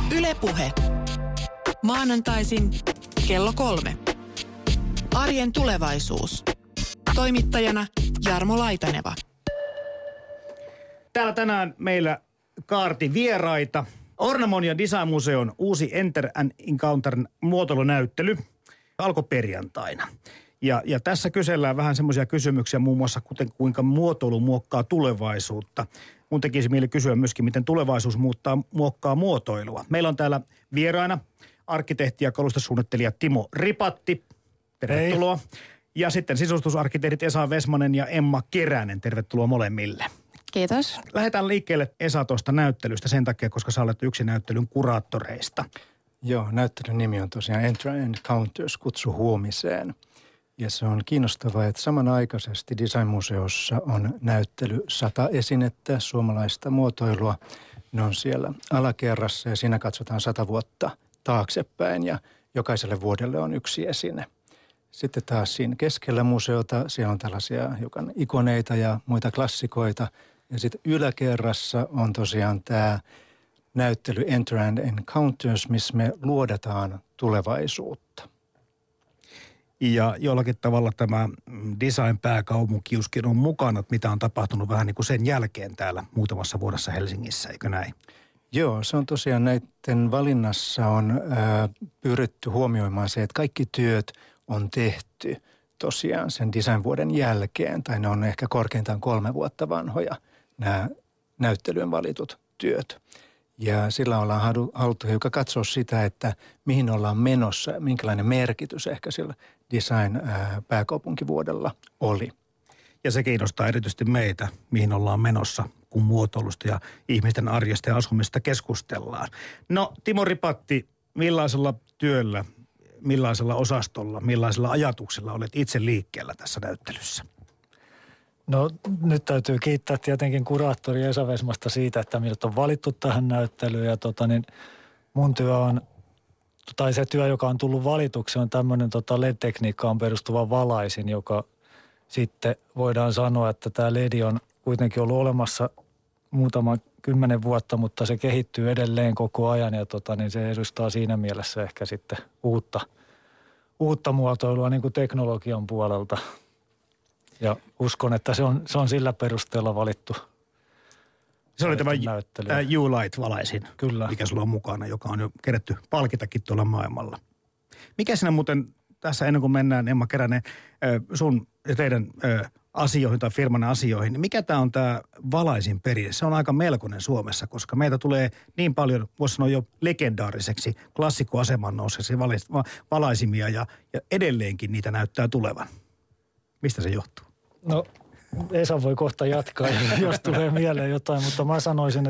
Yle Puhe. Maanantaisin kello 3. Arjen tulevaisuus. Toimittajana Jarmo Laitaneva. Täällä tänään meillä kaarti vieraita. Ornamon ja Design Museon uusi Enter and Encounter muotoilunäyttely alkoi perjantaina. Ja tässä kysellään vähän semmoisia kysymyksiä muun muassa, kuten kuinka muotoilu muokkaa tulevaisuutta. Mun tekisi mieli kysyä myöskin, miten tulevaisuus muokkaa muotoilua. Meillä on täällä vieraina arkkitehti ja kalustesuunnittelija Timo Ripatti. Tervetuloa. Hei. Ja sitten sisustusarkkitehdit Esa Vesmanen ja Emma Keränen. Tervetuloa molemmille. Kiitos. Lähdetään liikkeelle Esa tuosta näyttelystä sen takia, koska sä olet yksi näyttelyn kuraattoreista. Joo, näyttelyn nimi on tosiaan Enter and Encounters, kutsu huomiseen. Ja se on kiinnostavaa, että samanaikaisesti Design Museossa on näyttely 100 esinettä suomalaista muotoilua. Ne on siellä alakerrassa ja siinä katsotaan 100 vuotta taaksepäin ja jokaiselle vuodelle on yksi esine. Sitten taas siinä keskellä museota, siellä on tällaisia hiukan ikoneita ja muita klassikoita. Ja sitten yläkerrassa on tosiaan tämä näyttely Enter and Encounters, missä me luodataan tulevaisuutta. Ja jollakin tavalla tämä design-pääkaupunkiuskin on mukana, että mitä on tapahtunut vähän niin kuin sen jälkeen täällä muutamassa vuodessa Helsingissä, eikö näin? Joo, se on tosiaan näiden valinnassa on pyritty huomioimaan se, että kaikki työt on tehty tosiaan sen design-vuoden jälkeen, tai ne on ehkä korkeintaan 3 vuotta vanhoja nämä näyttelyyn valitut työt. Ja sillä ollaan haluttu hiukan katsoa sitä, että mihin ollaan menossa, minkälainen merkitys ehkä sillä design-pääkaupunkivuodella oli. Ja se kiinnostaa erityisesti meitä, mihin ollaan menossa, kun muotoilusta ja ihmisten arjesta ja asumista keskustellaan. No, Timo Ripatti, millaisella työllä, millaisella osastolla, millaisella ajatuksella olet itse liikkeellä tässä näyttelyssä? No nyt täytyy kiittää tietenkin kuraattori Esa Vesmasta siitä, että minut on valittu tähän näyttelyyn. Ja mun työ on, tai se työ, joka on tullut valituksi, on tämmöinen LED-tekniikkaan perustuva valaisin, joka sitten voidaan sanoa, että tämä LED on kuitenkin ollut olemassa muutama 10 vuotta, mutta se kehittyy edelleen koko ajan ja se edustaa siinä mielessä ehkä sitten uutta muotoilua niin kuin teknologian puolelta. Ja uskon, että se on sillä perusteella valittu. Se oli tämä U-Light-valaisin, kyllä, mikä sulla on mukana, joka on jo kerätty palkitakin tuolla maailmalla. Mikä sinä muuten tässä ennen kuin mennään, Emma Keränen, sun ja teidän asioihin tai firman asioihin, niin mikä tämä on tämä valaisin perinne? Se on aika melkoinen Suomessa, koska meitä tulee niin paljon, voisi sanoa jo legendaariseksi, klassikkoaseman nouseksi valaisimia ja edelleenkin niitä näyttää tulevan. Mistä se johtuu? No, Esa voi kohta jatkaa, jos tulee mieleen jotain, mutta mä sanoisin,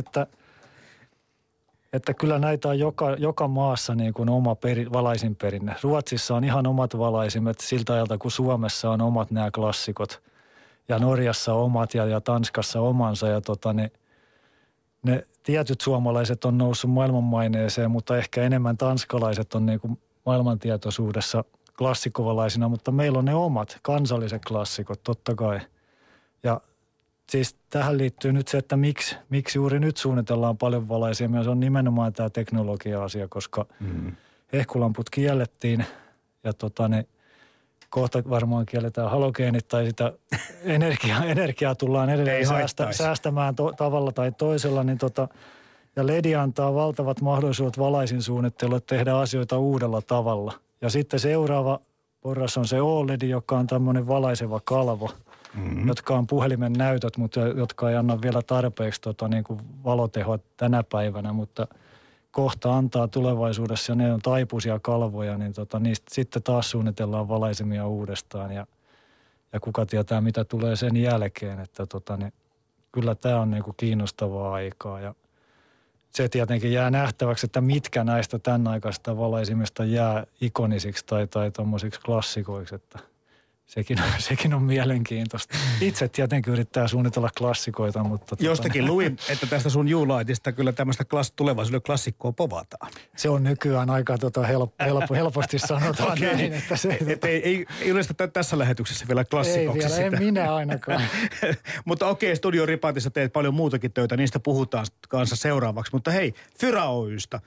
että kyllä näitä on joka maassa niin kuin oma valaisinperinne. Ruotsissa on ihan omat valaisimet siltä ajalta, kun Suomessa on omat nämä klassikot. Ja Norjassa omat ja Tanskassa omansa. Ja ne tietyt suomalaiset on noussut maailmanmaineeseen, mutta ehkä enemmän tanskalaiset on niin kuin maailmantietoisuudessa klassikkovalaisina, mutta meillä on ne omat kansalliset klassikot, totta kai. Ja siis tähän liittyy nyt se, että miksi juuri nyt suunnitellaan paljon valaisimia. Se on nimenomaan tämä teknologia-asia, koska hehkulamput kiellettiin ja kohta varmaan kielletään halogeenit tai sitä energiaa tullaan edelleen säästämään tavalla tai toisella. Niin ja LED antaa valtavat mahdollisuudet valaisin suunnittelulle tehdä asioita uudella tavalla. Ja sitten seuraava porras on se OLED, joka on tämmöinen valaiseva kalvo, jotka on puhelimen näytöt, mutta jotka ei anna vielä tarpeeksi niin kuin valotehoa tänä päivänä, mutta kohta antaa tulevaisuudessa ja ne on taipuisia kalvoja, niin niistä sitten taas suunnitellaan valaisimia uudestaan ja kuka tietää mitä tulee sen jälkeen, että kyllä tämä on niin kuin kiinnostavaa aikaa ja se tietenkin jää nähtäväksi, että mitkä näistä tämän aikaisista valaisimista jää ikonisiksi tai tommosiksi klassikoiksi, että sekin on mielenkiintoista. Itse tietenkin yrittää suunnitella klassikoita, mutta... Jostakin luin, että tästä sun U-Lightista kyllä tämmöistä tulevaisuuden klassikkoa povataan. Se on nykyään aika helposti sanotaan okay. Näin, että se... Ei yleistä tässä lähetyksessä vielä klassikoksi sitä. Ei vielä, en minä ainakaan. Mutta okei, Studio Ripatissa teet paljon muutakin töitä, niistä puhutaan kanssa seuraavaksi. Mutta hei, Fyra Oystä.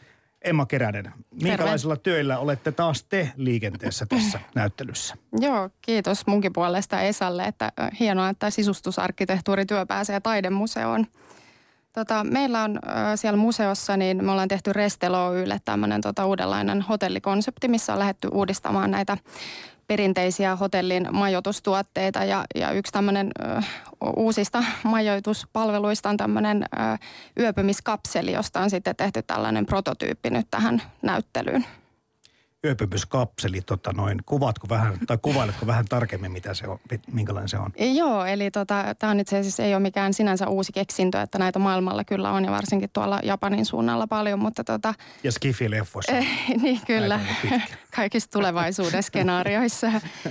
Emma Keränen, minkälaisilla töillä olette taas te liikenteessä tässä näyttelyssä? Joo, kiitos munkin puolesta Esalle, että hienoa, että sisustusarkkitehtuurityö pääsee taidemuseoon. Meillä on siellä museossa, niin me ollaan tehty Restelo Oy:lle tämmöinen uudenlainen hotellikonsepti, missä on lähdetty uudistamaan näitä perinteisiä hotellin majoitustuotteita. Ja yksi tämmöinen uusista majoituspalveluista on tämmöinen yöpymiskapseli, josta on sitten tehty tällainen prototyyppi nyt tähän näyttelyyn. Yöpymiskapseli, kuvaatko vähän tai kuvailetko vähän tarkemmin, mitä se on, minkälainen se on? Joo, eli tämä on itse asiassa ei ole mikään sinänsä uusi keksintö, että näitä maailmalla kyllä on ja varsinkin tuolla Japanin suunnalla paljon, mutta Ja Skifi-leffoissa. Niin kyllä, kaikissa tulevaisuuden skenaarioissa.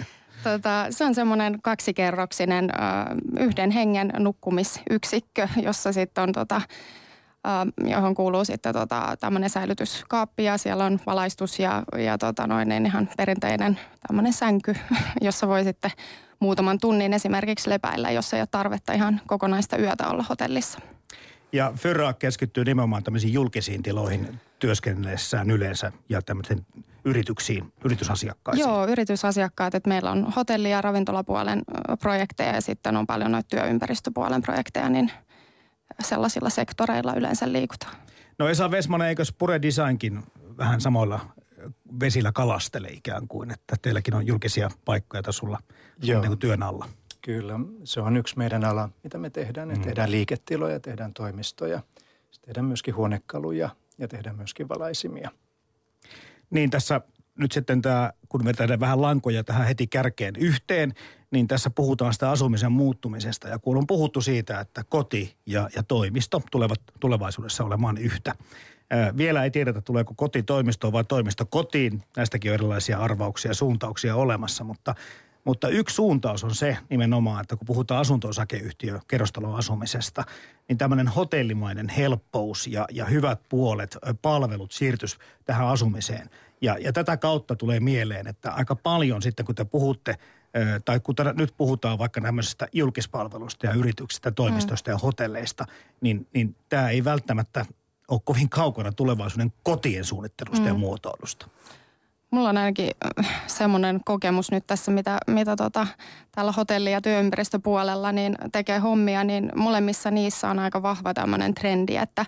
Se on semmoinen 2-kerroksinen yhden hengen nukkumisiksikkö, jossa sitten on johon kuuluu sitten tämmöinen säilytyskaappi ja siellä on valaistus ja ihan perinteinen tämmöinen sänky, jossa voi sitten muutaman tunnin esimerkiksi lepäillä, jos ei ole tarvetta ihan kokonaista yötä olla hotellissa. Ja Fyrra keskittyy nimenomaan tämmöisiin julkisiin tiloihin työskennellessään yleensä ja tämmöisiin yritysasiakkaisiin. Joo, yritysasiakkaat, että meillä on hotelli- ja ravintolapuolen projekteja ja sitten on paljon noita työympäristöpuolen projekteja, niin sellaisilla sektoreilla yleensä liikutaan. No Esa Westman, eikös Pure Designkin vähän samoilla vesillä kalastele ikään kuin, että teilläkin on julkisia paikkoja tasulla niin työn alla? Kyllä, se on yksi meidän ala, mitä me tehdään. Me tehdään liiketiloja, tehdään toimistoja, tehdään myöskin huonekaluja ja tehdään myöskin valaisimia. Niin tässä nyt sitten kun vetään vähän lankoja tähän heti kärkeen yhteen, niin tässä puhutaan sitä asumisen muuttumisesta. Ja kun on puhuttu siitä, että koti ja toimisto tulevat tulevaisuudessa olemaan yhtä. Vielä ei tiedetä, tuleeko koti toimistoon vai toimisto kotiin. Näistäkin on erilaisia arvauksia ja suuntauksia olemassa, mutta yksi suuntaus on se nimenomaan, että kun puhutaan asunto-osakeyhtiö kerrostaloasumisesta, niin tämmöinen hotellimainen helppous ja hyvät puolet, palvelut siirtyisi tähän asumiseen. Ja tätä kautta tulee mieleen, että aika paljon sitten kun te puhutte, tai kun nyt puhutaan vaikka tämmöisestä julkispalvelusta ja yrityksistä, toimistoista ja hotelleista, niin tämä ei välttämättä ole kovin kaukana tulevaisuuden kotien suunnittelusta ja muotoilusta. Mulla on ainakin semmoinen kokemus nyt tässä, mitä täällä hotelli- ja työympäristöpuolella niin tekee hommia, niin molemmissa niissä on aika vahva tämmöinen trendi, että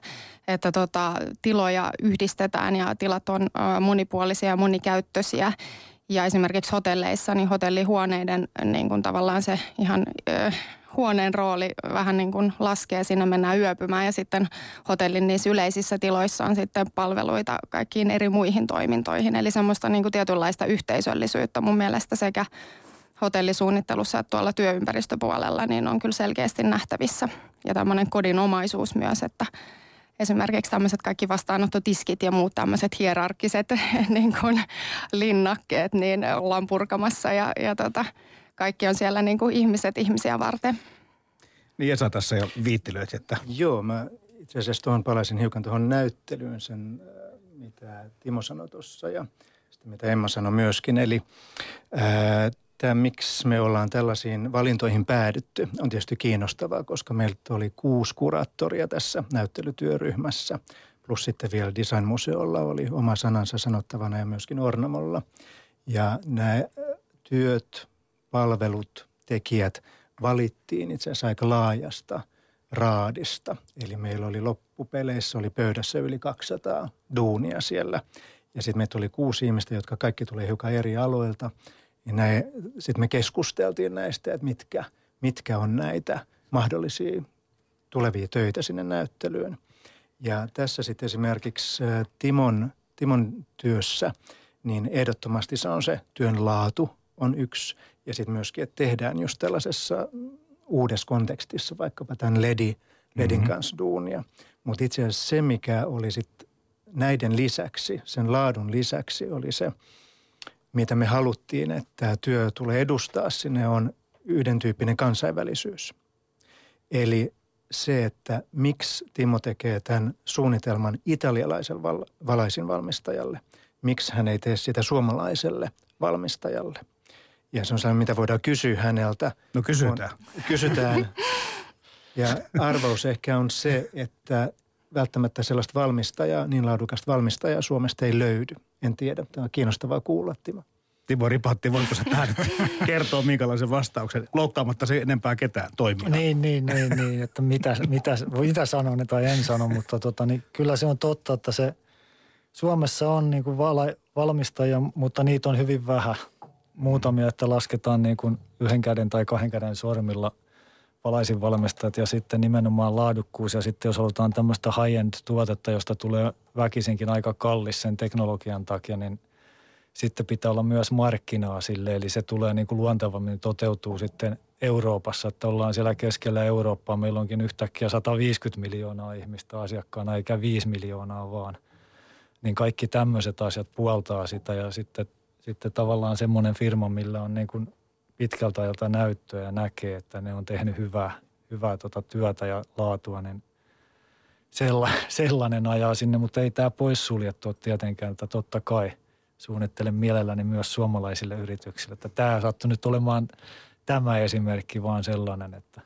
tiloja yhdistetään ja tilat on monipuolisia ja monikäyttöisiä. Ja esimerkiksi hotelleissa, niin hotellihuoneiden niin kuin tavallaan se ihan huoneen rooli vähän niin kuin laskee, sinne mennään yöpymään ja sitten hotellin niissä yleisissä tiloissa on sitten palveluita kaikkiin eri muihin toimintoihin. Eli semmoista niin kuin tietynlaista yhteisöllisyyttä mun mielestä sekä hotellisuunnittelussa että tuolla työympäristöpuolella niin on kyllä selkeästi nähtävissä. Ja tämmöinen kodinomaisuus myös, että esimerkiksi tämmöiset kaikki vastaanottotiskit ja muut tämmöiset hierarkkiset niin kuin linnakkeet, niin ollaan purkamassa ja kaikki on siellä niin kuin ihmiset ihmisiä varten. Niin Esa tässä jo viittilöit, että... Joo, mä itse asiassa palaisin hiukan tuohon näyttelyyn sen, mitä Timo sanoi tuossa ja sitten mitä Emma sanoi myöskin. Eli tämä, miksi me ollaan tällaisiin valintoihin päädytty, on tietysti kiinnostavaa, koska meiltä oli 6 kuraattoria tässä näyttelytyöryhmässä. Plus sitten vielä Designmuseolla oli oma sanansa sanottavana ja myöskin Ornamolla. Ja nämä työt, palvelut, tekijät valittiin itse asiassa aika laajasta raadista. Eli meillä oli loppupeleissä, oli pöydässä yli 200 duunia siellä. Ja sitten meitä oli 6 ihmistä, jotka kaikki tulee hiukan eri aloilta. Ja sitten me keskusteltiin näistä, että mitkä on näitä mahdollisia tulevia töitä sinne näyttelyyn. Ja tässä sitten esimerkiksi Timon työssä, niin ehdottomasti se on se työn laatu on yksi. Ja sitten myöskin, että tehdään just tällaisessa uudessa kontekstissa vaikkapa tämän LEDin kanssa duunia. Mutta itse asiassa se, mikä oli sitten näiden lisäksi, sen laadun lisäksi oli se, mitä me haluttiin, että tämä työ tulee edustaa sinne, on yhden tyyppinen kansainvälisyys. Eli se, että miksi Timo tekee tämän suunnitelman italialaiselle valaisinvalmistajalle, miksi hän ei tee sitä suomalaiselle valmistajalle. Ja se on sellainen, mitä voidaan kysyä häneltä. No kysytään. Kysytään. Ja arvaus ehkä on se, että välttämättä sellaista valmistajaa, niin laadukasta valmistajaa Suomesta ei löydy. En tiedä, tämä on kiinnostavaa kuulla, Timo. Timo Ripatti, voiko sä tähän kertoa minkälaisen vastauksen, loukkaamatta se enempää ketään toimia? Niin, että mitä sanon tai en sano, mutta niin kyllä se on totta, että se Suomessa on niin kuin valmistajia, mutta niitä on hyvin vähän. Muutamia, että lasketaan niin kuin 1 käden tai 2 käden sormilla valaisin valmistajat ja sitten nimenomaan laadukkuus. Ja sitten jos halutaan tämmöistä high-end-tuotetta, josta tulee väkisinkin aika kallis sen teknologian takia, niin sitten pitää olla myös markkinaa sille. Eli se tulee niin kuin luontevammin toteutuu sitten Euroopassa, että ollaan siellä keskellä Eurooppaa. Meillä onkin yhtäkkiä 150 miljoonaa ihmistä asiakkaana, eikä 5 miljoonaa vaan. Niin kaikki tämmöiset asiat puoltaa sitä ja sitten tavallaan semmoinen firma, millä on niin kuin pitkältä ajalta näyttöä ja näkee, että ne on tehnyt hyvää työtä ja laatua, niin sellainen ajaa sinne, mutta ei tämä poissuljettu ole tietenkään, että totta kai suunnittelen mielelläni myös suomalaisille yrityksille, että tämä sattui nyt olemaan tämä esimerkki vaan sellainen, että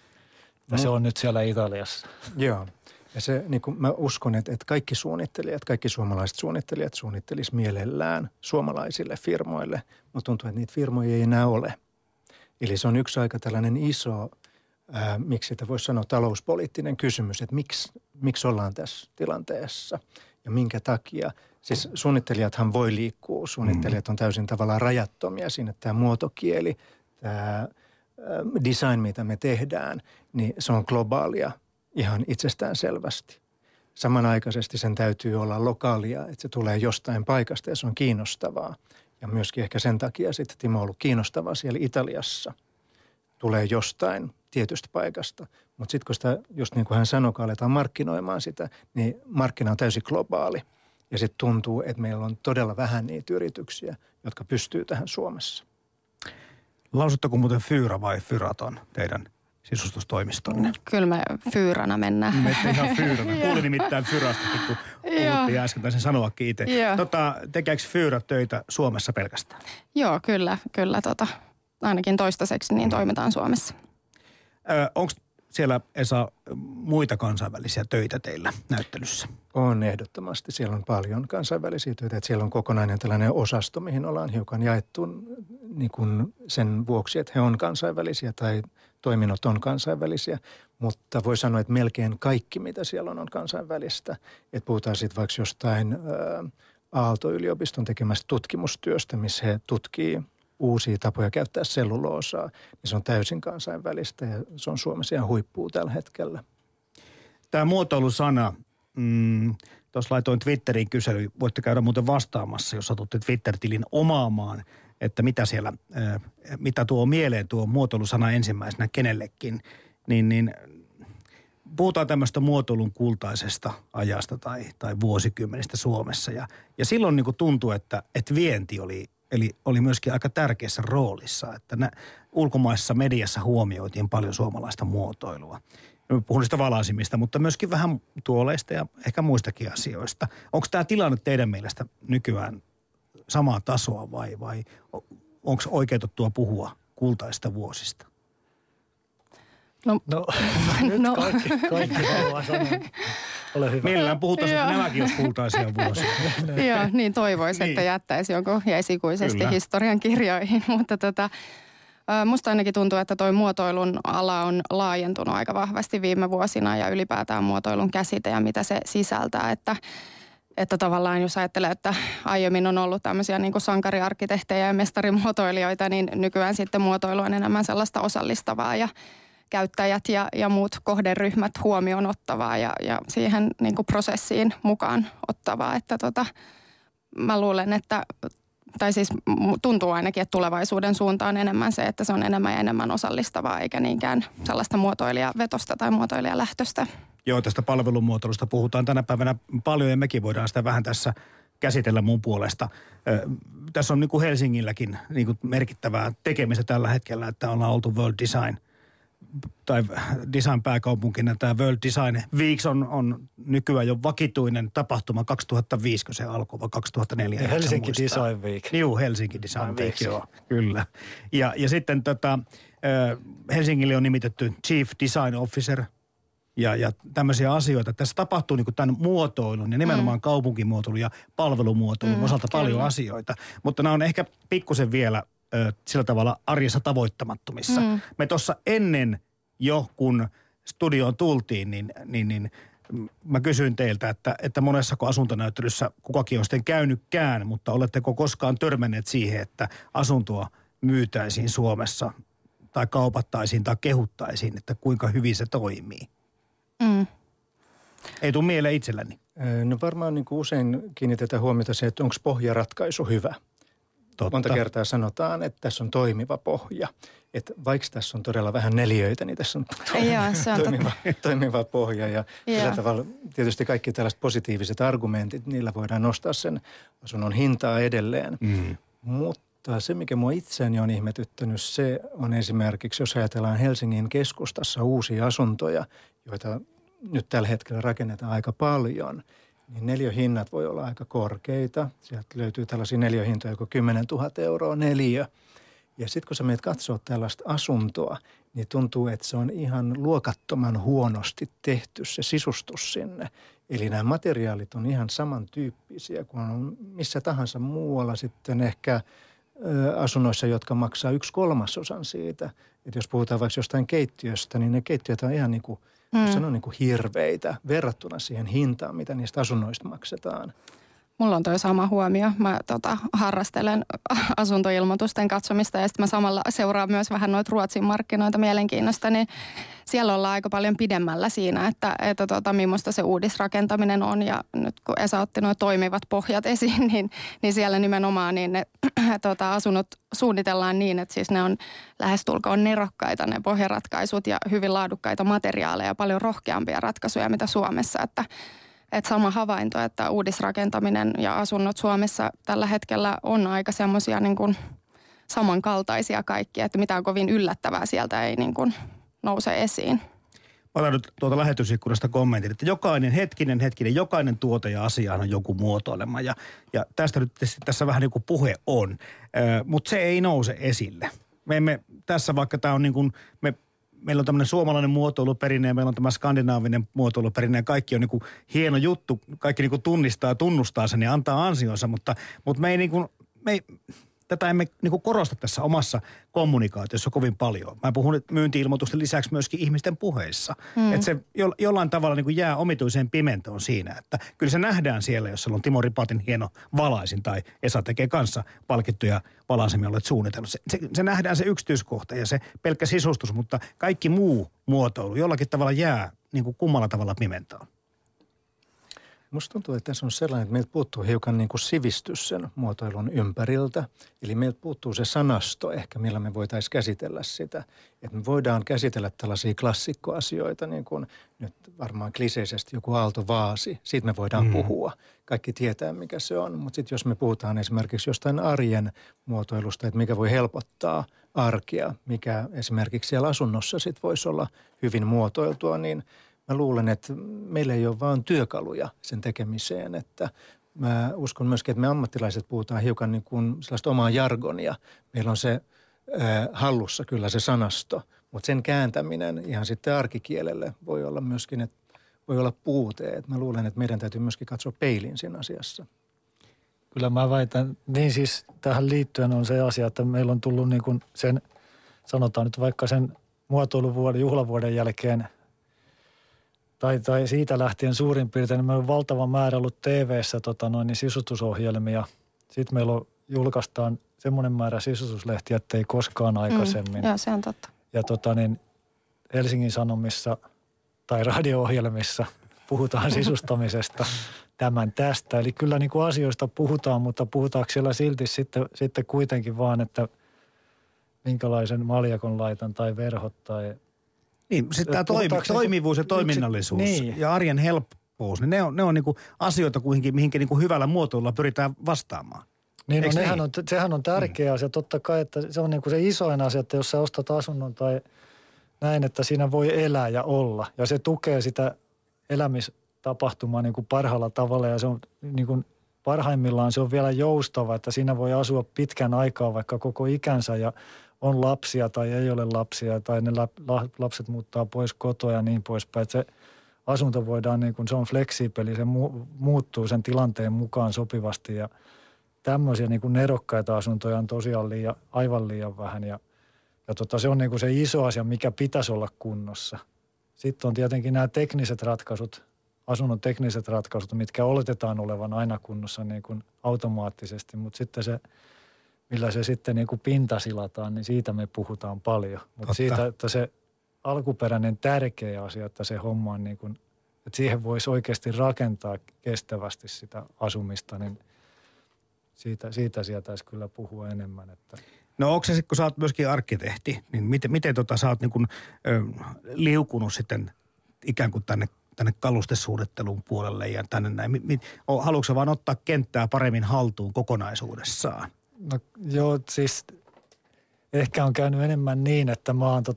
se on nyt siellä Italiassa. Joo. Ja se, niin kuin mä uskon, että kaikki suunnittelijat, kaikki suomalaiset suunnittelijat suunnittelisi mielellään suomalaisille firmoille, mutta tuntuu, että niitä firmoja ei enää ole. Eli se on yksi aika tällainen iso, miksi sitä voisi sanoa talouspoliittinen kysymys, että miksi ollaan tässä tilanteessa ja minkä takia. Siis suunnittelijathan voi liikkua, suunnittelijat on täysin tavallaan rajattomia siinä, tämä muotokieli, tämä design, mitä me tehdään, niin se on globaalia. Ihan itsestään selvästi. Samanaikaisesti sen täytyy olla lokaalia, että se tulee jostain paikasta ja se on kiinnostavaa. Ja myöskin ehkä sen takia sitten Timo on ollut kiinnostavaa siellä Italiassa. Tulee jostain tietystä paikasta. Mutta sitten kun sitä, just niin kuin hän sanoi, aletaan markkinoimaan sitä, niin markkina on täysin globaali. Ja sitten tuntuu, että meillä on todella vähän niitä yrityksiä, jotka pystyy tähän Suomessa. Lausutteko muuten Fyyrä vai Fyraton teidän sisustustoimistonne? Kyllä me Fyyrana mennään. Menette ihan Fyyrana. Kuulin nimittäin Fyrastakin, kun puhuttiin äsken, taisin sanoakin itse. Tekeekö Fyyrä töitä Suomessa pelkästään? Joo, kyllä. Ainakin toistaiseksi niin toimitaan Suomessa. Onko siellä, Esa, muita kansainvälisiä töitä teillä näyttelyssä? On ehdottomasti. Siellä on paljon kansainvälisiä töitä. Että siellä on kokonainen tällainen osasto, mihin ollaan hiukan jaettu niin kuin sen vuoksi, että he on kansainvälisiä tai toiminnot on kansainvälisiä. Mutta voi sanoa, että melkein kaikki, mitä siellä on kansainvälistä. Että puhutaan sitten vaikka jostain Aalto-yliopiston tekemästä tutkimustyöstä, missä he tutkii uusia tapoja käyttää selluloosaa, niin se on täysin kansainvälistä ja se on Suomessa ihan huippua tällä hetkellä. Tämä muotoilusana, tuossa laitoin Twitteriin kysely, voitte käydä muuten vastaamassa, jos satutte Twitter-tilin omaamaan, että mitä tuo mieleen tuo muotoilusana ensimmäisenä kenellekin, niin puhutaan tämmöistä muotoilun kultaisesta ajasta tai vuosikymmenistä Suomessa ja silloin niin kuin tuntui, että vienti oli myöskin aika tärkeässä roolissa, että ulkomaisessa mediassa huomioitiin paljon suomalaista muotoilua. Puhun sitä valaisimista, mutta myöskin vähän tuoleista ja ehkä muistakin asioista. Onko tämä tilanne teidän mielestä nykyään samaa tasoa vai onko oikeutettua puhua kultaista vuosista? No kaikki haluaa sanoa. Ole hyvä. Millään puhutaan, että nämäkin olisi kultaisia vuosia. Joo, niin toivoisi, että jättäisi jonkun jäisi ikuisesti historian kirjoihin, mutta musta ainakin tuntuu, että toi muotoilun ala on laajentunut aika vahvasti viime vuosina ja ylipäätään muotoilun käsite ja mitä se sisältää, että tavallaan jos ajattelee, että aiemmin on ollut tämmöisiä niin kuin sankariarkkitehtejä ja mestarimuotoilijoita, niin nykyään sitten muotoilu on enemmän sellaista osallistavaa ja käyttäjät ja muut kohderyhmät huomioon ottavaa ja siihen niin kuin prosessiin mukaan ottavaa, että mä luulen, että tai siis tuntuu ainakin, että tulevaisuuden suunta on enemmän se, että se on enemmän ja enemmän osallistavaa, eikä niinkään sellaista muotoilijavetosta tai muotoilijalähtöstä. Joo, tästä palvelumuotoilusta puhutaan tänä päivänä paljon ja mekin voidaan sitä vähän tässä käsitellä mun puolesta. Tässä on niin kuin Helsingilläkin niin kuin merkittävää tekemistä tällä hetkellä, että ollaan oltu World Design tai design-pääkaupunkina. Tämä World Design Weeks on nykyään jo vakituinen tapahtuma 2005, kun se alkoi, vai 2004. Helsinki Design Week. Joo, Helsinki Design Week, joo, kyllä. Ja sitten Helsingille on nimitetty Chief Design Officer, ja tämmöisiä asioita. Tässä tapahtuu niin kuin tämän muotoilun ja nimenomaan kaupunkimuotoilun ja palvelumuotoilun osalta paljon asioita. Mutta nämä on ehkä pikkusen vielä sillä tavalla arjessa tavoittamattomissa. Me tuossa ennen jo, kun studioon tultiin, niin mä kysyin teiltä, että monessako asuntonäyttelyssä kukakin on sitten käynytkään, mutta oletteko koskaan törmänneet siihen, että asuntoa myytäisiin Suomessa tai kaupattaisiin tai kehuttaisiin, että kuinka hyvin se toimii? Ei tule mieleen itselläni. No varmaan niin kuin usein kiinnitetään huomiota se, että onko pohjaratkaisu hyvä. Totta. Monta kertaa sanotaan, että tässä on toimiva pohja. Että vaikka tässä on todella vähän neliöitä, niin tässä on toimiva pohja. Ja sillä tavalla tietysti kaikki tällaiset positiiviset argumentit, niillä voidaan nostaa sen asunnon hintaa edelleen. Mutta se, mikä mua itseäni on ihmetyttänyt, se on esimerkiksi, jos ajatellaan Helsingin keskustassa uusia asuntoja, joita nyt tällä hetkellä rakennetaan aika paljon, niin neliöhinnat voi olla aika korkeita. Sieltä löytyy tällaisia neliöhintoja, joko 10 000 € neliö. Ja sitten kun sä menet katsoa tällaista asuntoa, niin tuntuu, että se on ihan luokattoman huonosti tehty se sisustus sinne. Eli nämä materiaalit on ihan samantyyppisiä kuin on missä tahansa muualla sitten ehkä asunnoissa, jotka maksaa 1/3 siitä. Että jos puhutaan vaikka jostain keittiöstä, niin ne keittiöt on ihan niin kuin niin kuin hirveitä verrattuna siihen hintaan, mitä niistä asunnoista maksetaan. Mulla on toi sama huomio. Mä harrastelen asuntoilmoitusten katsomista ja sitten mä samalla seuraan myös vähän noita Ruotsin markkinoita mielenkiinnosta, niin siellä ollaan aika paljon pidemmällä siinä, että millaista se uudisrakentaminen on. Ja nyt kun Esa otti nuo toimivat pohjat esiin, niin siellä nimenomaan niin ne asunnot suunnitellaan niin, että siis ne on lähestulkoon nerokkaita ne pohjaratkaisut ja hyvin laadukkaita materiaaleja, paljon rohkeampia ratkaisuja mitä Suomessa, että sama havainto, että uudisrakentaminen ja asunnot Suomessa tällä hetkellä on aika semmoisia niin kuin samankaltaisia kaikki, että mitään kovin yllättävää sieltä ei niin kuin nouse esiin. Mä otan nyt tuolta lähetysikkunasta kommentin, että jokainen tuote ja asia on joku muotoilema ja tästä nyt tässä vähän niin kuin puhe on, mutta se ei nouse esille. Me emme tässä, vaikka tämä on niin kuin, meillä on tämmöinen suomalainen muotoiluperinne ja meillä on tämä skandinaavinen muotoiluperinne ja kaikki on niin kuin hieno juttu. Kaikki niin kuin tunnistaa ja tunnustaa sen ja antaa ansionsa, mutta me ei niin kuin, tätä emme niin kuin korosta tässä omassa kommunikaatiossa kovin paljon. Mä puhun nyt myynti-ilmoitusten lisäksi myöskin ihmisten puheissa. Että se jollain tavalla niin kuin jää omituiseen pimentoon siinä, että kyllä se nähdään siellä, jos siellä on Timo Ripatin hieno valaisin tai Esa tekee kanssa palkittuja valaisemia olet suunnitellut. Se nähdään se yksityiskohta ja se pelkkä sisustus, mutta kaikki muu muotoilu jollakin tavalla jää niin kuin kummalla tavalla pimentoon. Musta tuntuu, että tässä on sellainen, että meiltä puuttuu hiukan niin kuin sivistys sen muotoilun ympäriltä. Eli meiltä puuttuu se sanasto ehkä, millä me voitaisiin käsitellä sitä. Että me voidaan käsitellä tällaisia klassikkoasioita, niin kuin nyt varmaan kliseisesti joku aaltovaasi. Siitä me voidaan puhua. Kaikki tietää, mikä se on. Mutta sitten jos me puhutaan esimerkiksi jostain arjen muotoilusta, että mikä voi helpottaa arkea, mikä esimerkiksi siellä asunnossa sitten voisi olla hyvin muotoiltua, niin mä luulen, että meillä ei ole vaan työkaluja sen tekemiseen, että mä uskon myöskin, että me ammattilaiset puhutaan hiukan niin kuin sellaista omaa jargonia. Meillä on se hallussa kyllä se sanasto, mutta sen kääntäminen ihan sitten arkikielelle voi olla myöskin, että voi olla puute. Että mä luulen, että meidän täytyy myöskin katsoa peiliin siinä asiassa. Kyllä mä väitän, niin siis tähän liittyen on se asia, että meillä on tullut niin kuin sen, sanotaan nyt vaikka sen muotoiluvuoden, juhlavuoden jälkeen tai siitä lähtien suurin piirtein, niin meillä on valtava määrä ollut TV-ssä niin sisustusohjelmia. Sitten meillä julkaistaan semmoinen määrä sisustuslehtiä, että ei koskaan aikaisemmin. Joo, se on totta. Ja Helsingin Sanomissa tai radio-ohjelmissa puhutaan sisustamisesta tämän tästä. Eli kyllä niin kuin asioista puhutaan, mutta puhutaanko siellä silti sitten kuitenkin vaan, että minkälaisen maljakon laitan tai verhot tai... Niin, sitten tämä toimivuus ja toiminnallisuus ja arjen helppous, niin ne on niinku asioita, mihinkä niinku hyvällä muotoilulla pyritään vastaamaan. Niin, sehän on tärkeä asia. Totta kai, että se on niinku se isoin asia, että jos sä ostat asunnon tai näin, että siinä voi elää ja olla. Ja se tukee sitä elämistapahtumaa niinku parhaalla tavalla ja se on niinku parhaimmillaan se on vielä joustava, että siinä voi asua pitkän aikaa vaikka koko ikänsä ja on lapsia tai ei ole lapsia tai ne lapset muuttaa pois kotoa ja niin poispäin. Että se asunto voidaan, niin kuin se on fleksiipeli, se muuttuu sen tilanteen mukaan sopivasti ja tämmöisiä niin kuin nerokkaita asuntoja on tosiaan aivan liian vähän ja se on niin kuin se iso asia, mikä pitäisi olla kunnossa. Sitten on tietenkin nämä tekniset ratkaisut, asunnon tekniset ratkaisut, mitkä oletetaan olevan aina kunnossa niin kuin automaattisesti, mutta sitten se, millä se sitten niin kuin pintasilataan, niin siitä me puhutaan paljon. Mutta siitä, että se alkuperäinen tärkeä asia, että se homma on niin kuin, että siihen voisi oikeasti rakentaa kestävästi sitä asumista, niin siitä sieltäisi kyllä puhua enemmän. Että. No onko se sitten, kun sä oot myöskin arkkitehti, niin miten sä oot niin kuin, liukunut sitten ikään kuin tänne kalustesuunnittelun puolelle ja tänne näin? Haluatko sä vaan ottaa kenttää paremmin haltuun kokonaisuudessaan? No joo, siis ehkä on käynyt enemmän niin, että mä oon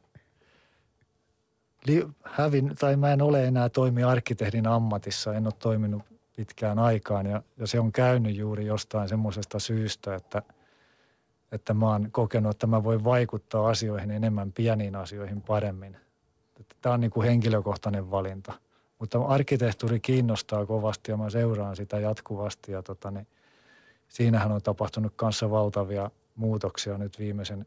mä en ole enää toimi arkkitehdin ammatissa, en ole toiminut pitkään aikaan ja se on käynyt juuri jostain semmoisesta syystä, että mä oon kokenut, että mä voin vaikuttaa asioihin enemmän, pieniin asioihin paremmin. Tämä on niin kuin henkilökohtainen valinta, mutta arkkitehtuuri kiinnostaa kovasti ja mä seuraan sitä jatkuvasti ja siinähän on tapahtunut kanssa valtavia muutoksia nyt viimeisen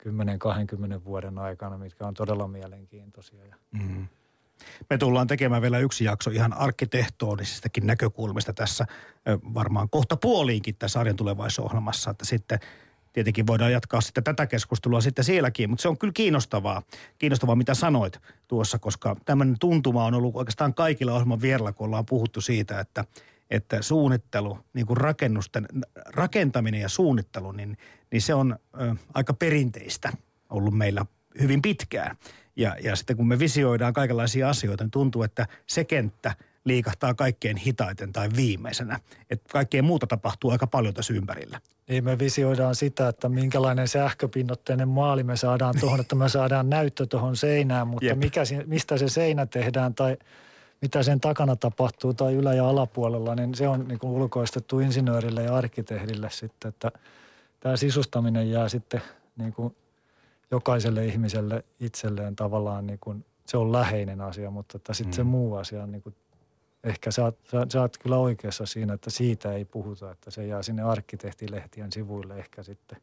10-20 vuoden aikana, mitkä on todella mielenkiintoisia. Mm. Me tullaan tekemään vielä yksi jakso ihan arkkitehtonisistakin näkökulmista tässä varmaan kohta puoliinkin tässä Arjen tulevaisuusohjelmassa, että sitten tietenkin voidaan jatkaa sitten tätä keskustelua sitten sielläkin, mutta se on kyllä kiinnostavaa mitä sanoit tuossa, koska tämmöinen tuntuma on ollut oikeastaan kaikilla ohjelman vierellä, kun ollaan puhuttu siitä, että suunnittelu, niin kuin rakentaminen ja suunnittelu, niin se on aika perinteistä ollut meillä hyvin pitkään. Ja sitten kun me visioidaan kaikenlaisia asioita, niin tuntuu, että se kenttä liikahtaa kaikkein hitaiten tai viimeisenä. Että kaikkea muuta tapahtuu aika paljon tässä ympärillä. Niin me visioidaan sitä, että minkälainen sähköpinnotteinen maali me saadaan tuohon, että me saadaan näyttö tuohon seinään, mutta mistä se seinä tehdään tai mitä sen takana tapahtuu tai ylä- ja alapuolella, niin se on niin kuin ulkoistettu insinöörille ja arkkitehdille sitten, että tämä sisustaminen jää sitten niin kuin jokaiselle ihmiselle itselleen tavallaan niin kuin, se on läheinen asia, mutta että sitten se muu asia on niin kuin, ehkä sä oot kyllä oikeassa siinä, että siitä ei puhuta, että se jää sinne arkkitehtilehtien sivuille ehkä sitten.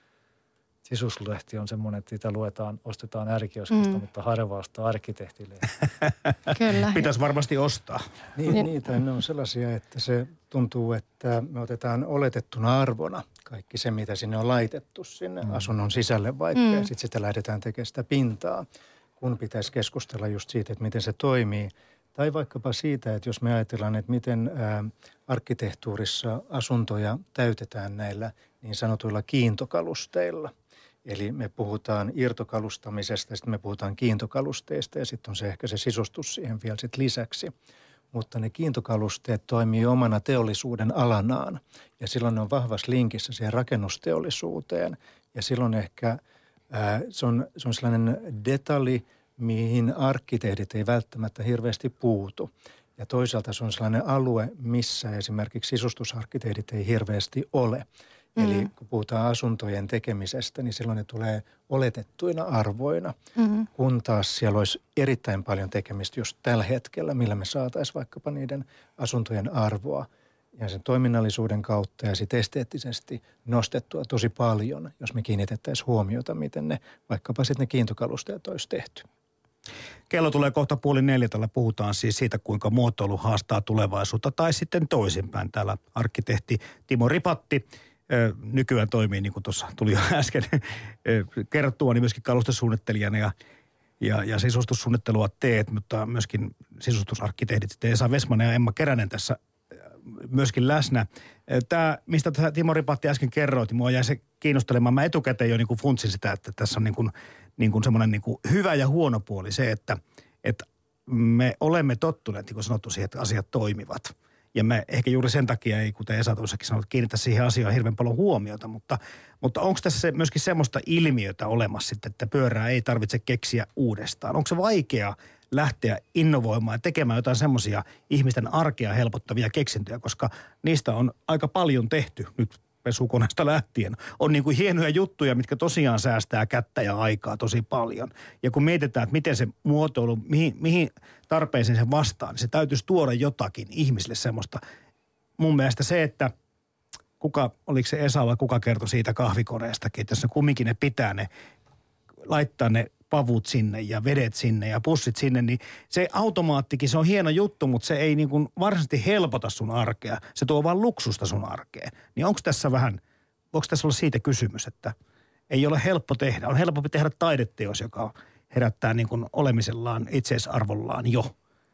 Sisuslehti on semmoinen, että sitä ostetaan ärkioskista, mutta harva ostaa arkkitehtilehtiä. Kyllä. Pitäisi varmasti ostaa. Niitä ne on sellaisia, että se tuntuu, että me otetaan oletettuna arvona kaikki se, mitä sinne on laitettu sinne asunnon sisälle vaikka, ja sitten sitä lähdetään tekemään sitä pintaa, kun pitäisi keskustella just siitä, että miten se toimii. Tai vaikkapa siitä, että jos me ajatellaan, että miten arkkitehtuurissa asuntoja täytetään näillä niin sanotuilla kiintokalusteilla. Eli me puhutaan irtokalustamisesta ja sitten me puhutaan kiintokalusteista ja sitten on se ehkä se sisustus siihen vielä sitten lisäksi. Mutta ne kiintokalusteet toimii omana teollisuuden alanaan ja silloin ne on vahvassa linkissä siihen rakennusteollisuuteen. Ja silloin ehkä se on sellainen detalji, mihin arkkitehdit ei välttämättä hirveästi puutu. Ja toisaalta se on sellainen alue, missä esimerkiksi sisustusarkkitehdit ei hirveästi ole. Eli kun puhutaan asuntojen tekemisestä, niin silloin ne tulee oletettuina arvoina, kun taas siellä olisi erittäin paljon tekemistä just tällä hetkellä, millä me saataisiin vaikkapa niiden asuntojen arvoa ja sen toiminnallisuuden kautta ja sitten esteettisesti nostettua tosi paljon, jos me kiinnitettäisiin huomiota, miten ne vaikkapa sitten ne kiintokalusteet olisi tehty. Kello tulee kohta 3:30. Tällä puhutaan siis siitä, kuinka muotoilu haastaa tulevaisuutta tai sitten toisinpäin. Täällä arkkitehti Timo Ripatti nykyään toimii, niin kuin tuossa tuli jo äsken kerrottua, niin myöskin kalustesuunnittelijana ja sisustussuunnittelua teet, mutta myöskin sisustusarkkitehdit sitten Esa Vesmanen ja Emma Keränen tässä myöskin läsnä. Tämä, mistä Timo Ripatti äsken kerroit, mua jäi se kiinnostelemaan. Mä etukäteen jo niin kuin funtsin sitä, että tässä on niin kuin semmoinen niin kuin hyvä ja huono puoli se, että me olemme tottuneet, niin kuin sanottu, siihen, että asiat toimivat. Ja me ehkä juuri sen takia ei, kuten Esa tuossakin sanoi, kiinnitä siihen asiaan hirveän paljon huomiota, mutta onko tässä myöskin semmoista ilmiötä olemassa sitten, että pyörää ei tarvitse keksiä uudestaan? Onko se vaikea lähteä innovoimaan ja tekemään jotain semmoisia ihmisten arkea helpottavia keksintöjä, koska niistä on aika paljon tehty nyt pesukoneesta lähtien, on niin kuin hienoja juttuja, mitkä tosiaan säästää kättä ja aikaa tosi paljon. Ja kun mietitään, että miten se muotoilu, mihin tarpeeseen se vastaa, niin se täytyisi tuoda jotakin ihmisille semmoista. Mun mielestä se, että oliko se Esa vai kuka kertoi siitä kahvikoneestakin, että jos ne kumminkin ne pitää laittaa ne pavut sinne ja vedet sinne ja pussit sinne, niin se automaattikin, se on hieno juttu, mutta se ei niin kuin varsinaisesti helpota sun arkea. Se tuo vaan luksusta sun arkeen. Niin voiko tässä olla siitä kysymys, että ei ole helppo tehdä. On helpompi tehdä taideteos, joka herättää niin kuin olemisellaan, itseisarvollaan jo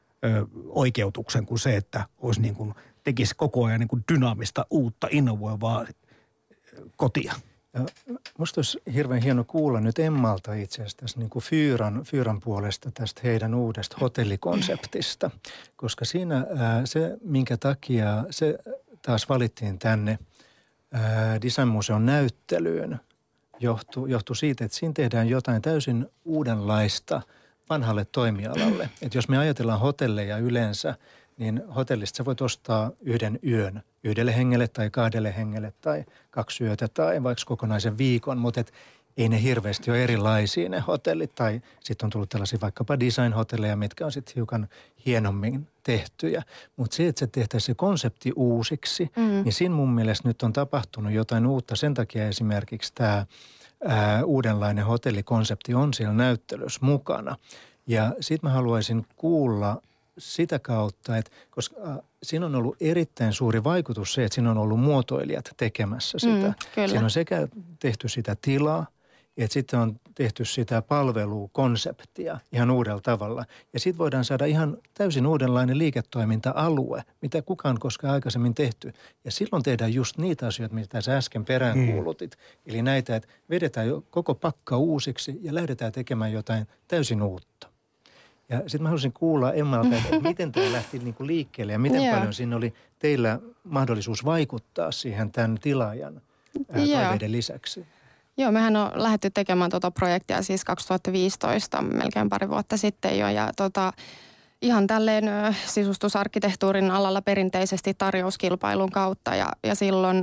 oikeutuksen kuin se, että olisi niin kuin, tekisi koko ajan niin kuin dynaamista, uutta, innovoivaa kotia. Musta olisi hirveän hieno kuulla nyt Emmalta itse asiassa tässä niin kuin Fyyran puolesta tästä heidän uudesta hotellikonseptista, koska siinä se, minkä takia se taas valittiin tänne Designmuseon näyttelyyn, johtui siitä, että siinä tehdään jotain täysin uudenlaista vanhalle toimialalle. Että jos me ajatellaan hotelleja yleensä, niin hotellista sä voit ostaa yhden yön yhdelle hengelle tai 2 hengelle tai 2 yötä tai vaikka kokonaisen viikon, mutta ei ne hirveästi ole erilaisia ne hotellit. Tai sitten on tullut tällaisia vaikkapa design-hotelleja, mitkä on sitten hiukan hienommin tehtyjä. Mutta se, että se tehtäisiin se konsepti uusiksi, niin siinä mun mielestä nyt on tapahtunut jotain uutta. Sen takia esimerkiksi tämä uudenlainen hotellikonsepti on siellä näyttelyssä mukana. Ja sitten mä haluaisin kuulla sitä kautta, että koska siinä on ollut erittäin suuri vaikutus se, että siinä on ollut muotoilijat tekemässä sitä. Siinä on sekä tehty sitä tilaa, että sitten on tehty sitä palvelukonseptia ihan uudella tavalla. Ja sitten voidaan saada ihan täysin uudenlainen liiketoiminta-alue, mitä kukaan koskaan aikaisemmin tehty. Ja silloin tehdään just niitä asioita, mitä sä äsken peräänkuulutit. Eli näitä, että vedetään jo koko pakka uusiksi ja lähdetään tekemään jotain täysin uutta. Ja sitten mä haluaisin kuulla Emmalta, että miten tämä lähti niinku liikkeelle ja miten paljon siinä oli teillä mahdollisuus vaikuttaa siihen tämän tilaajan toiveiden lisäksi. Joo, mehän on lähdetty tekemään tuota projektia siis 2015, melkein pari vuotta sitten jo. Ja ihan tälleen sisustusarkkitehtuurin alalla perinteisesti tarjouskilpailun kautta. Ja silloin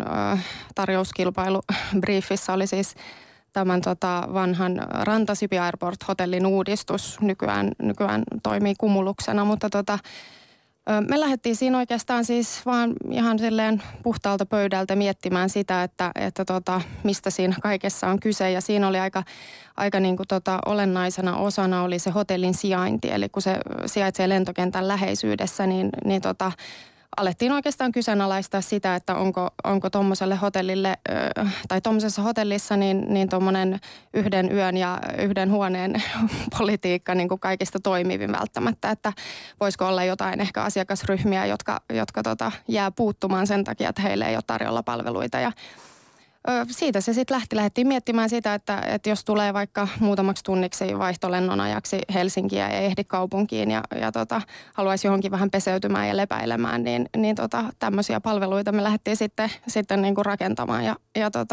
tarjouskilpailubriefissä oli siis tämän vanhan Rantasipi Airport-hotellin uudistus. Nykyään toimii Kumuluksena, mutta me lähdettiin siinä oikeastaan siis vaan ihan silleen puhtaalta pöydältä miettimään sitä, että mistä siinä kaikessa on kyse. Ja siinä oli aika niin kuin olennaisena osana oli se hotellin sijainti. Eli kun se sijaitsee lentokentän läheisyydessä, niin alettiin oikeastaan kyseenalaistaa sitä, että onko tuommoiselle hotellille tai tuommoisessa hotellissa niin tuommoinen 1 yön ja 1 huoneen politiikka niin kuin kaikista toimivin välttämättä, että voisiko olla jotain ehkä asiakasryhmiä, jotka jää puuttumaan sen takia, että heille ei ole tarjolla palveluita ja siitä se sitten lähdettiin miettimään sitä, että jos tulee vaikka muutamaksi tunniksi vaihtolennon ajaksi Helsinkiin ja ei ehdi kaupunkiin ja haluaisi johonkin vähän peseytymään ja lepäilemään, niin tämmöisiä palveluita me lähdettiin sitten niin kuin rakentamaan ja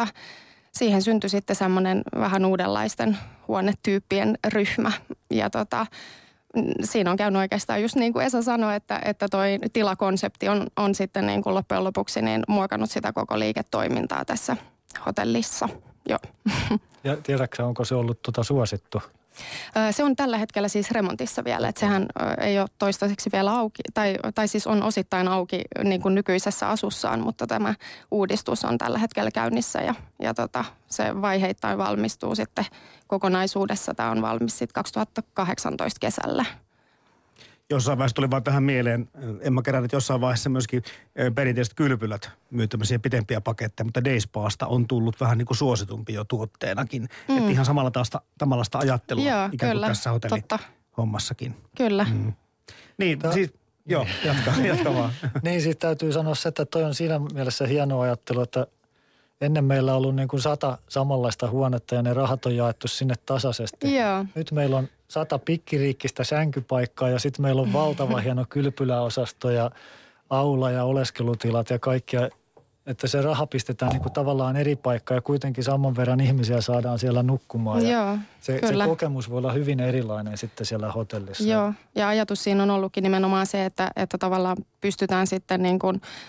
siihen syntyi sitten semmoinen vähän uudenlaisten huonetyyppien ryhmä ja siinä on käynyt oikeastaan just niin kuin Esa sanoi, että toi tilakonsepti on sitten niin kuin loppujen lopuksi niin muokannut sitä koko liiketoimintaa tässä hotellissa. Joo. Ja tiedätkö, onko se ollut suosittu? Se on tällä hetkellä siis remontissa vielä, että sehän ei ole toistaiseksi vielä auki, tai siis on osittain auki niin kuin nykyisessä asussaan, mutta tämä uudistus on tällä hetkellä käynnissä ja se vaiheittain valmistuu sitten kokonaisuudessa. Tämä on valmis sitten 2018 kesällä. Jossain vaiheessa tuli vaan tähän mieleen, Emma kerran, että jossain vaiheessa myöskin perinteiset kylpylät myy tämmöisiä pitempiä paketteja, mutta Dayspasta on tullut vähän niin kuin suositumpi jo tuotteenakin. Että ihan samanlaista ajattelua joo, ikään kuin kyllä, tässä hotellihommassakin. Kyllä. Niin, siis joo, jatka vaan. Niin, siis täytyy sanoa se, että toi on siinä mielessä hieno ajattelu, että ennen meillä on ollut niin kuin 100 samanlaista huonetta ja ne rahat on jaettu sinne tasaisesti. Joo. Nyt meillä on 100 pikkiriikkistä sänkypaikkaa ja sitten meillä on valtava hieno kylpyläosasto ja aula ja oleskelutilat ja kaikkia. Että se raha pistetään niin kuin tavallaan eri paikkaan ja kuitenkin saman verran ihmisiä saadaan siellä nukkumaan. Joo, se kokemus voi olla hyvin erilainen sitten siellä hotellissa. Joo, ja ajatus siinä on ollutkin nimenomaan se, että tavallaan pystytään sitten niin kuin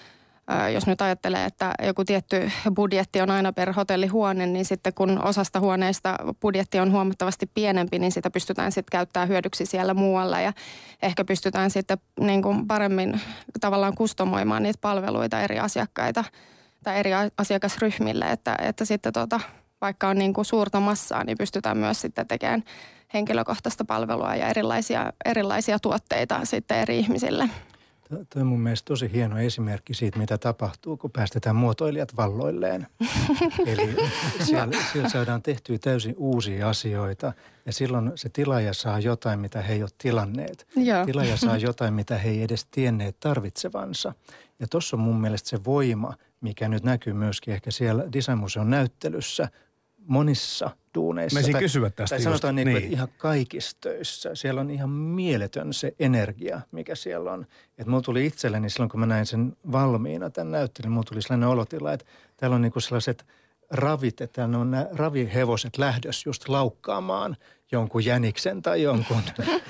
jos nyt ajattelee, että joku tietty budjetti on aina per hotellihuone, niin sitten kun osasta huoneista budjetti on huomattavasti pienempi, niin sitä pystytään sitten käyttämään hyödyksi siellä muualla ja ehkä pystytään sitten niin kuin paremmin tavallaan kustomoimaan niitä palveluita eri asiakkaita tai eri asiakasryhmille, että sitten vaikka on niin kuin suurta massaa, niin pystytään myös sitten tekemään henkilökohtaista palvelua ja erilaisia tuotteita sitten eri ihmisille. Tuo on mun mielestä tosi hieno esimerkki siitä, mitä tapahtuu, kun päästetään muotoilijat valloilleen. Eli siellä saadaan tehtyä täysin uusia asioita ja silloin se tilaaja saa jotain, mitä he ei ole tilanneet. Joo. Tilaaja saa jotain, mitä he ei edes tienneet tarvitsevansa. Ja tuossa on mun mielestä se voima, mikä nyt näkyy myöskin ehkä siellä Designmuseon näyttelyssä monissa duuneissa. Mä kysyä tästä tai sanotaan niin. Että ihan kaikissa töissä. Siellä on ihan mieletön se energia, mikä siellä on. Että mulla tuli itselleni silloin, kun mä näin sen valmiina tämän näyttelyn, mulla tuli sellainen olotila, että täällä on niinku sellaiset ravit, että täällä on nämä ravihevoset lähdössä just laukkaamaan jonkun jäniksen tai jonkun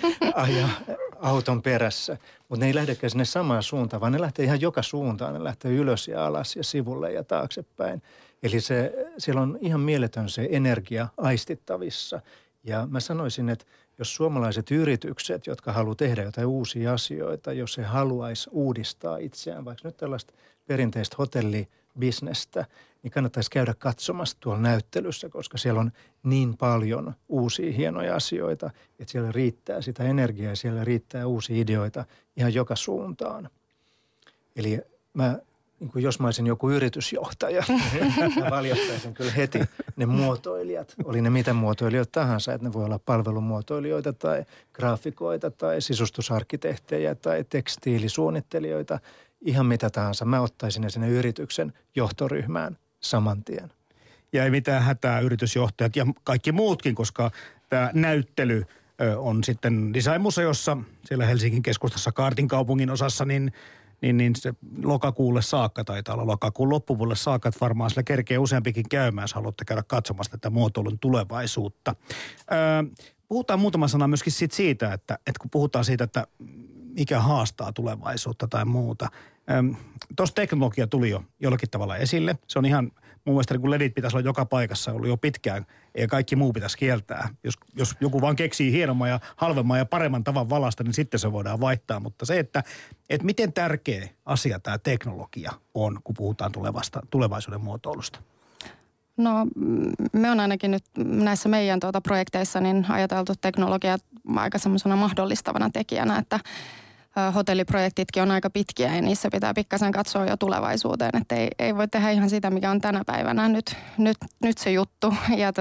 auton perässä. Mutta ne ei lähdekään sinne samaan suuntaan, vaan ne lähtee ihan joka suuntaan. Ne lähtee ylös ja alas ja sivulle ja taaksepäin. Eli siellä on ihan mieletön se energia aistittavissa. Ja mä sanoisin, että jos suomalaiset yritykset, jotka haluaa tehdä jotain uusia asioita, jos he haluaisi uudistaa itseään, vaikka nyt tällaista perinteistä hotellibisnestä, niin kannattaisi käydä katsomassa tuolla näyttelyssä, koska siellä on niin paljon uusia hienoja asioita, että siellä riittää sitä energiaa ja siellä riittää uusia ideoita ihan joka suuntaan. Eli niin kuin jos mä olisin joku yritysjohtaja, mä valjastaisin kyllä heti ne muotoilijat. Oli ne mitä muotoilijoita tahansa, että ne voi olla palvelumuotoilijoita tai graafikoita tai sisustusarkkitehtejä tai tekstiilisuunnittelijoita, ihan mitä tahansa. Mä ottaisin ne sinne yrityksen johtoryhmään saman tien. Ja ei mitään hätää yritysjohtajat ja kaikki muutkin, koska tämä näyttely on sitten Designmuseossa, siellä Helsingin keskustassa Kaartin kaupungin osassa, niin se lokakuulle saakka taitaa olla lokakuun loppuvuodelle saakka, että varmaan sillä kerkee useampikin käymään, jos haluatte käydä katsomassa tätä muotoilun tulevaisuutta. Puhutaan muutama sana myöskin siitä, että kun puhutaan siitä, että mikä haastaa tulevaisuutta tai muuta. Tuossa teknologia tuli jo jollakin tavalla esille. Se on ihan, mun mielestä kun LEDit pitäisi olla joka paikassa ollut jo pitkään ja kaikki muu pitäisi kieltää. Jos joku vaan keksii hienomman ja halvemman ja paremman tavan valasta, niin sitten se voidaan vaihtaa. Mutta se, että miten tärkeä asia tämä teknologia on, kun puhutaan tulevaisuuden muotoilusta. No me on ainakin nyt näissä meidän projekteissa niin ajateltu teknologiaa aika semmoisena mahdollistavana tekijänä, että hotelliprojektitkin on aika pitkiä ja niissä pitää pikkasen katsoa jo tulevaisuuteen, että ei voi tehdä ihan sitä, mikä on tänä päivänä nyt se juttu. Ja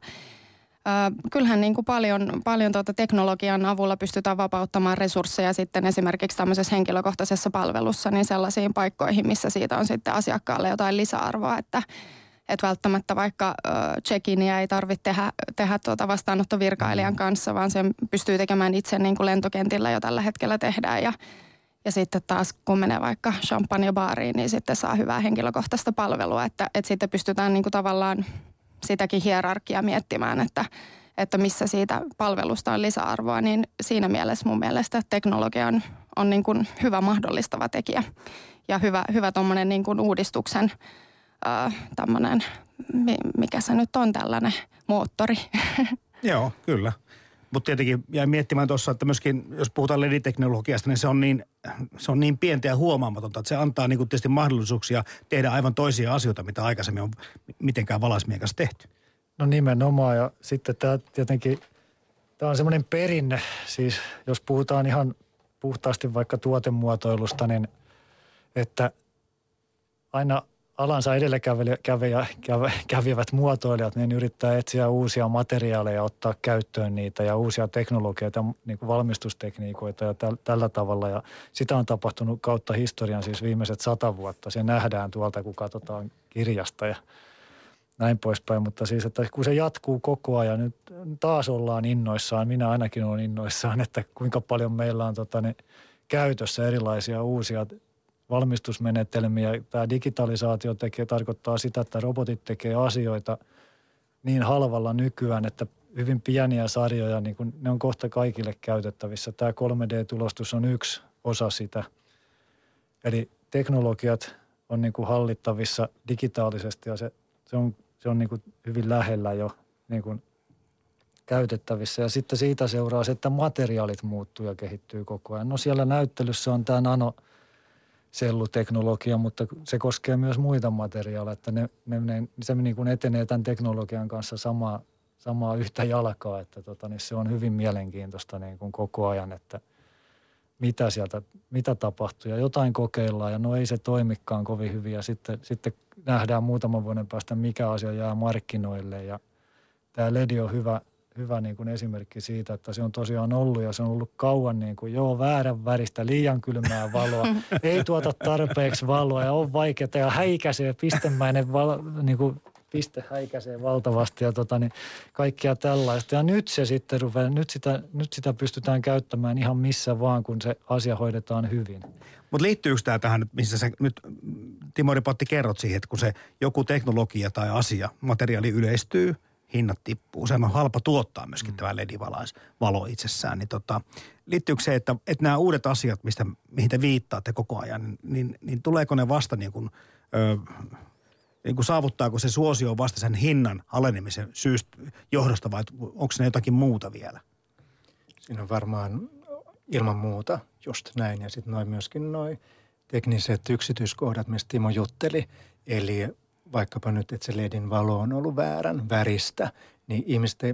kyllähän niin kuin paljon teknologian avulla pystytään vapauttamaan resursseja sitten esimerkiksi tämmöisessä henkilökohtaisessa palvelussa niin sellaisiin paikkoihin, missä siitä on sitten asiakkaalle jotain lisäarvoa, että välttämättä vaikka check-inia ei tarvitse tehdä vastaanottovirkailijan kanssa, vaan sen pystyy tekemään itse niin kuin lentokentillä jo tällä hetkellä tehdään. Ja sitten taas kun menee vaikka champagnebaariin, niin sitten saa hyvää henkilökohtaista palvelua. Että sitten pystytään niin kuin tavallaan sitäkin hierarkiaa miettimään, että missä siitä palvelusta on lisäarvoa. Niin siinä mielessä mun mielestä teknologia on niin kuin hyvä mahdollistava tekijä ja hyvä tommoinen niin kuin uudistuksen tämmöinen, mikä se nyt on tällainen moottori. Joo, kyllä. Mutta tietenkin jäin miettimään tuossa, että myöskin jos puhutaan LED-teknologiasta, niin se on niin pientä ja huomaamatonta, että se antaa niin kuin tietysti mahdollisuuksia tehdä aivan toisia asioita, mitä aikaisemmin on mitenkään valaismien kanssa tehty. No nimenomaan ja sitten tämä tietenkin, tämä on semmoinen perinne, siis jos puhutaan ihan puhtaasti vaikka tuotemuotoilusta, niin että aina alansa edelläkävijät muotoilijat, niin yrittää etsiä uusia materiaaleja, ottaa käyttöön niitä ja uusia teknologioita, niin kuin valmistustekniikoita ja tällä tavalla. Ja sitä on tapahtunut kautta historian siis viimeiset 100 vuotta. Se nähdään tuolta, kun katsotaan kirjasta ja näin poispäin. Mutta siis, että kun se jatkuu koko ajan, nyt taas ollaan innoissaan, minä ainakin olen innoissaan, että kuinka paljon meillä on käytössä erilaisia uusia valmistusmenetelmiä. Tämä digitalisaatio tarkoittaa sitä, että robotit tekee asioita niin halvalla nykyään, että hyvin pieniä sarjoja, niin kun ne on kohta kaikille käytettävissä. Tämä 3D-tulostus on yksi osa sitä. Eli teknologiat on niin kuin hallittavissa digitaalisesti ja se on niin kuin hyvin lähellä jo niin kuin käytettävissä. Ja sitten siitä seuraa se, että materiaalit muuttuu ja kehittyy koko ajan. No siellä näyttelyssä on tämä nanoselluteknologia, mutta se koskee myös muita materiaaleja, että se niin kuin etenee tämän teknologian kanssa samaa yhtä jalkaa, että niin se on hyvin mielenkiintoista niin kuin koko ajan, että mitä tapahtuu ja jotain kokeillaan ja no ei se toimikaan kovin hyvin ja sitten nähdään muutaman vuoden päästä, mikä asia jää markkinoille ja tämä LED on hyvä niin kuin esimerkki siitä, että se on tosiaan ollut ja se on ollut kauan niin kuin väärän väristä, liian kylmää valoa, ei tuota tarpeeksi valoa ja on vaikeaa ja häikäisee pistemäinen niin kuin piste häikäisee valtavasti ja niin kaikkia tällaista. Ja nyt se sitten nyt sitä pystytään käyttämään ihan missä vaan, kun se asia hoidetaan hyvin. Mutta liittyykö tämä tähän nyt, missä sä nyt Timo Ripatti kerrot siihen, että kun se joku teknologia tai asia, materiaali yleistyy, hinnat tippuu. Se on halpa tuottaa myöskin tämä LED-valo itsessään. Niin liittyykö se, että nämä uudet asiat, mihin te viittaatte koko ajan, niin tuleeko ne vasta niin kuin saavuttaako se suosio vasta sen hinnan alenemisen johdosta vai onko ne jotakin muuta vielä? Siinä on varmaan ilman muuta just näin ja sitten myöskin noi tekniset yksityiskohdat, mistä Timo jutteli. Eli vaikkapa nyt, että se LEDin valo on ollut väärän väristä, niin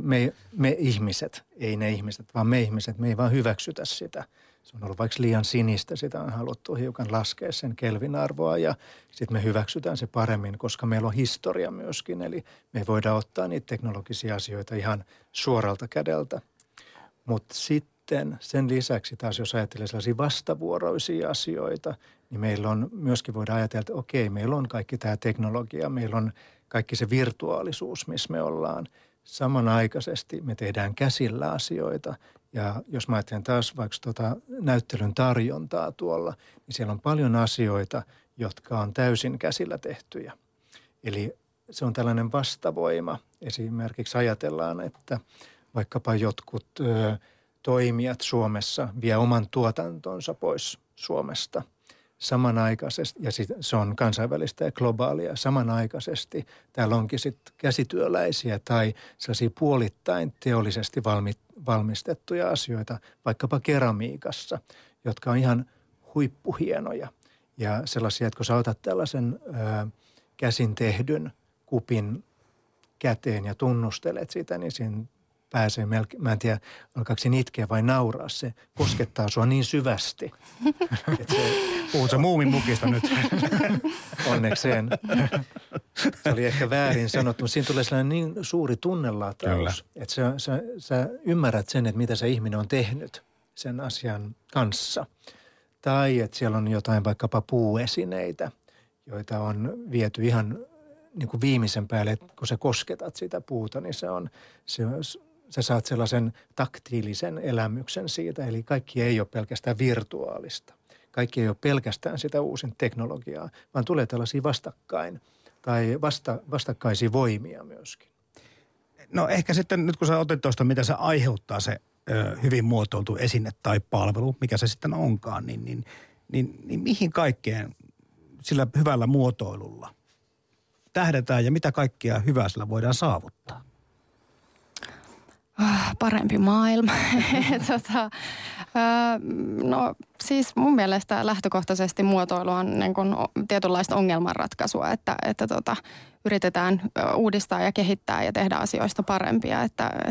me ihmiset, ei ne ihmiset, vaan me ihmiset, me ei vaan hyväksytä sitä. Se on ollut vaikka liian sinistä, sitä on haluttu hiukan laskea sen Kelvin-arvoa ja sitten me hyväksytään se paremmin, koska meillä on historia myöskin. Eli me voidaan ottaa niitä teknologisia asioita ihan suoralta kädeltä. Mutta sitten sen lisäksi taas, jos ajattelee sellaisia vastavuoroisia asioita, niin meillä on myöskin voidaan ajatella, että okei, meillä on kaikki tämä teknologia, meillä on kaikki se virtuaalisuus, missä me ollaan. Samanaikaisesti me tehdään käsillä asioita ja jos mä ajattelen taas vaikka näyttelyn tarjontaa tuolla, niin siellä on paljon asioita, jotka on täysin käsillä tehtyjä. Eli se on tällainen vastavoima. Esimerkiksi ajatellaan, että vaikkapa jotkut toimijat Suomessa vie oman tuotantonsa pois Suomesta samanaikaisesti, ja se on kansainvälistä ja globaalia. Samanaikaisesti täällä onkin sitten käsityöläisiä tai sellaisia puolittain teollisesti valmistettuja asioita, vaikkapa keramiikassa, jotka on ihan huippuhienoja. Ja sellaisia, että kun sä otat tällaisen käsin tehdyn kupin käteen ja tunnustelet sitä, niin siinä pääsee mä en tiedä, alkaako se itkeä vai nauraa. Se koskettaa sua niin syvästi. Puhut sä Muuminmukista nyt? Onnekseen. Se oli ehkä väärin sanottu, mutta siinä tulee sellainen niin suuri tunnelataus, että sä ymmärrät sen, että mitä se ihminen on tehnyt sen asian kanssa. Tai että siellä on jotain vaikkapa puuesineitä, joita on viety ihan niin kuin viimeisen päälle, että kun sä kosketat sitä puuta, niin sä saat sellaisen taktiilisen elämyksen siitä. Eli kaikki ei ole pelkästään virtuaalista. Kaikki ei ole pelkästään sitä uusin teknologiaa, vaan tulee tällaisia vastakkain tai vastakkaisia voimia myöskin. No ehkä sitten nyt kun sä otit tuosta, mitä se aiheuttaa se hyvin muotoiltu esine tai palvelu, mikä se sitten onkaan, niin mihin kaikkeen sillä hyvällä muotoilulla tähdätään ja mitä kaikkea hyvää sillä voidaan saavuttaa? Parempi maailma. No siis mun mielestä lähtökohtaisesti muotoilu on niin kuin tietynlaista ongelmanratkaisua, että yritetään uudistaa ja kehittää ja tehdä asioista parempia,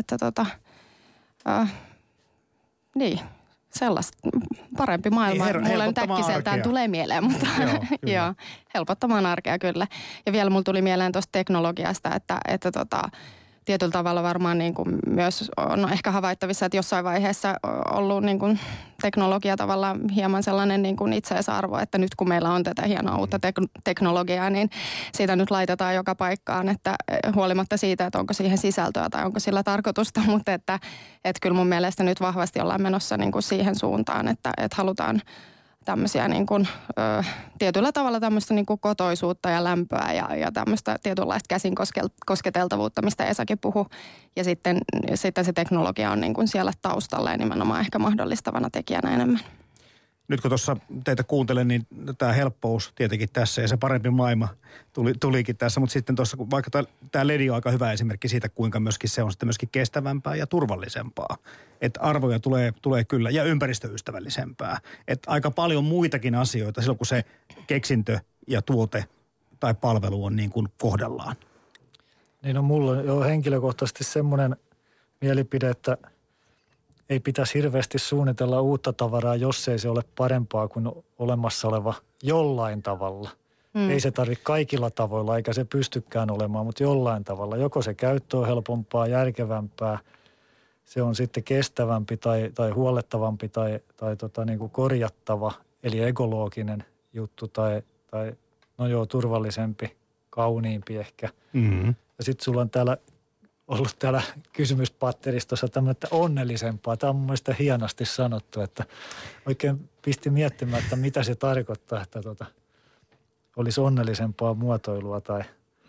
niin. Sellaista parempi maailma. Mulle nyt äkkiseltään tulee mieleen, mutta joo, helpottamaan arkea kyllä. Ja vielä mulla tuli mieleen tuosta teknologiasta, että tietyllä tavalla varmaan niin kuin myös on ehkä havaittavissa, että jossain vaiheessa on ollut niin kuin teknologia tavallaan hieman sellainen niin kuin itseisarvo, että nyt kun meillä on tätä hienoa uutta teknologiaa, niin siitä nyt laitetaan joka paikkaan, että huolimatta siitä, että onko siihen sisältöä tai onko sillä tarkoitusta, mutta että kyllä mun mielestä nyt vahvasti ollaan menossa niin kuin siihen suuntaan, että halutaan tämmöisiä niin kuin, tietyllä tavalla tämmöistä niin kuin kotoisuutta ja lämpöä ja tämmöistä tietynlaista käsin kosketeltavuutta, mistä Esakin puhui. Ja sitten se teknologia on niin kuin siellä taustalla ja nimenomaan ehkä mahdollistavana tekijänä enemmän. nyt kun tuossa teitä kuuntelen, niin tämä helppous tietenkin tässä ja se parempi maailma tulikin tässä. Mutta sitten tuossa, vaikka tämä LED on aika hyvä esimerkki siitä, kuinka myöskin se on sitten myöskin kestävämpää ja turvallisempaa. Että arvoja tulee kyllä ja ympäristöystävällisempää. Että aika paljon muitakin asioita silloin, kun se keksintö ja tuote tai palvelu on niin kuin kohdallaan. Niin on mulla jo henkilökohtaisesti semmoinen mielipide, että ei pitäisi hirveästi suunnitella uutta tavaraa, jos ei se ole parempaa kuin olemassa oleva jollain tavalla. Ei se tarvitse kaikilla tavoilla, eikä se pystykään olemaan, mutta jollain tavalla. Joko se käyttö on helpompaa, järkevämpää, se on sitten kestävämpi tai huolettavampi tai niin kuin korjattava, eli ekologinen juttu tai turvallisempi, kauniimpi ehkä. Mm-hmm. Ja sitten sulla on ollut täällä kysymyspatteristossa tämmöistä onnellisempaa. Tämä on mun mielestä hienosti sanottu, että oikein pisti miettimään, että mitä se tarkoittaa, että olisi onnellisempaa muotoilua tai...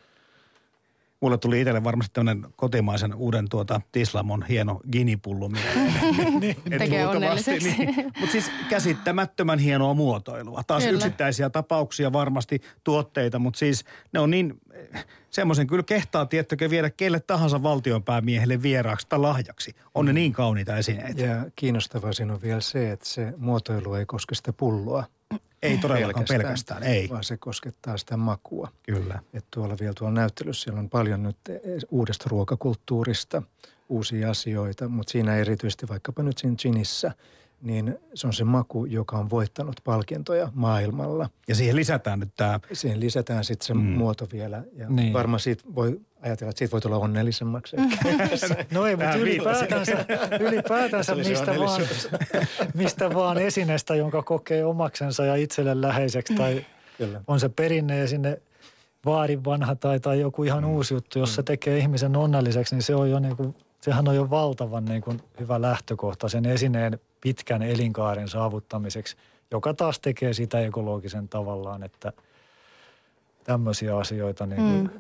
Mulle tuli itselle varmasti tämmöinen kotimaisen uuden Tislamon hieno ginipullo mieleen. Tekee onnelliseksi. Niin. Mutta siis käsittämättömän hienoa muotoilua. Taas kyllä. Yksittäisiä tapauksia varmasti, tuotteita, mutta siis ne on niin, semmoisen kyllä kehtaa, tiettäkö, viedä kelle tahansa valtionpäämiehelle vieraaksi tai lahjaksi. On ne niin kauniita esineitä. Ja kiinnostavaa siinä on vielä se, että se muotoilu ei koske sitä pulloa. Ei todellakaan pelkästään, ei. Vaan se koskettaa sitä makua. Kyllä. Että tuolla näyttelyssä siellä on paljon nyt uudesta ruokakulttuurista uusia asioita, mutta siinä erityisesti vaikkapa nyt siinä ginissä, niin se on se maku, joka on voittanut palkintoja maailmalla. Ja siihen lisätään nyt tämä... Siihen lisätään sitten se muoto vielä ja niin. Varmaan siitä voi ajatella, että siitä voi tulla onnellisemmaksi. No ei, mutta ylipäätänsä mistä vaan esineestä, jonka kokee omaksensa ja itselle läheiseksi tai kyllä. On se perinne ja sinne vaarin vanha tai joku ihan uusi juttu, jos se tekee ihmisen onnelliseksi, niin se on jo niin kuin, sehän on jo valtavan niin kuin hyvä lähtökohta sen esineen pitkän elinkaaren saavuttamiseksi, joka taas tekee sitä ekologisen tavallaan, että tämmöisiä asioita. Niin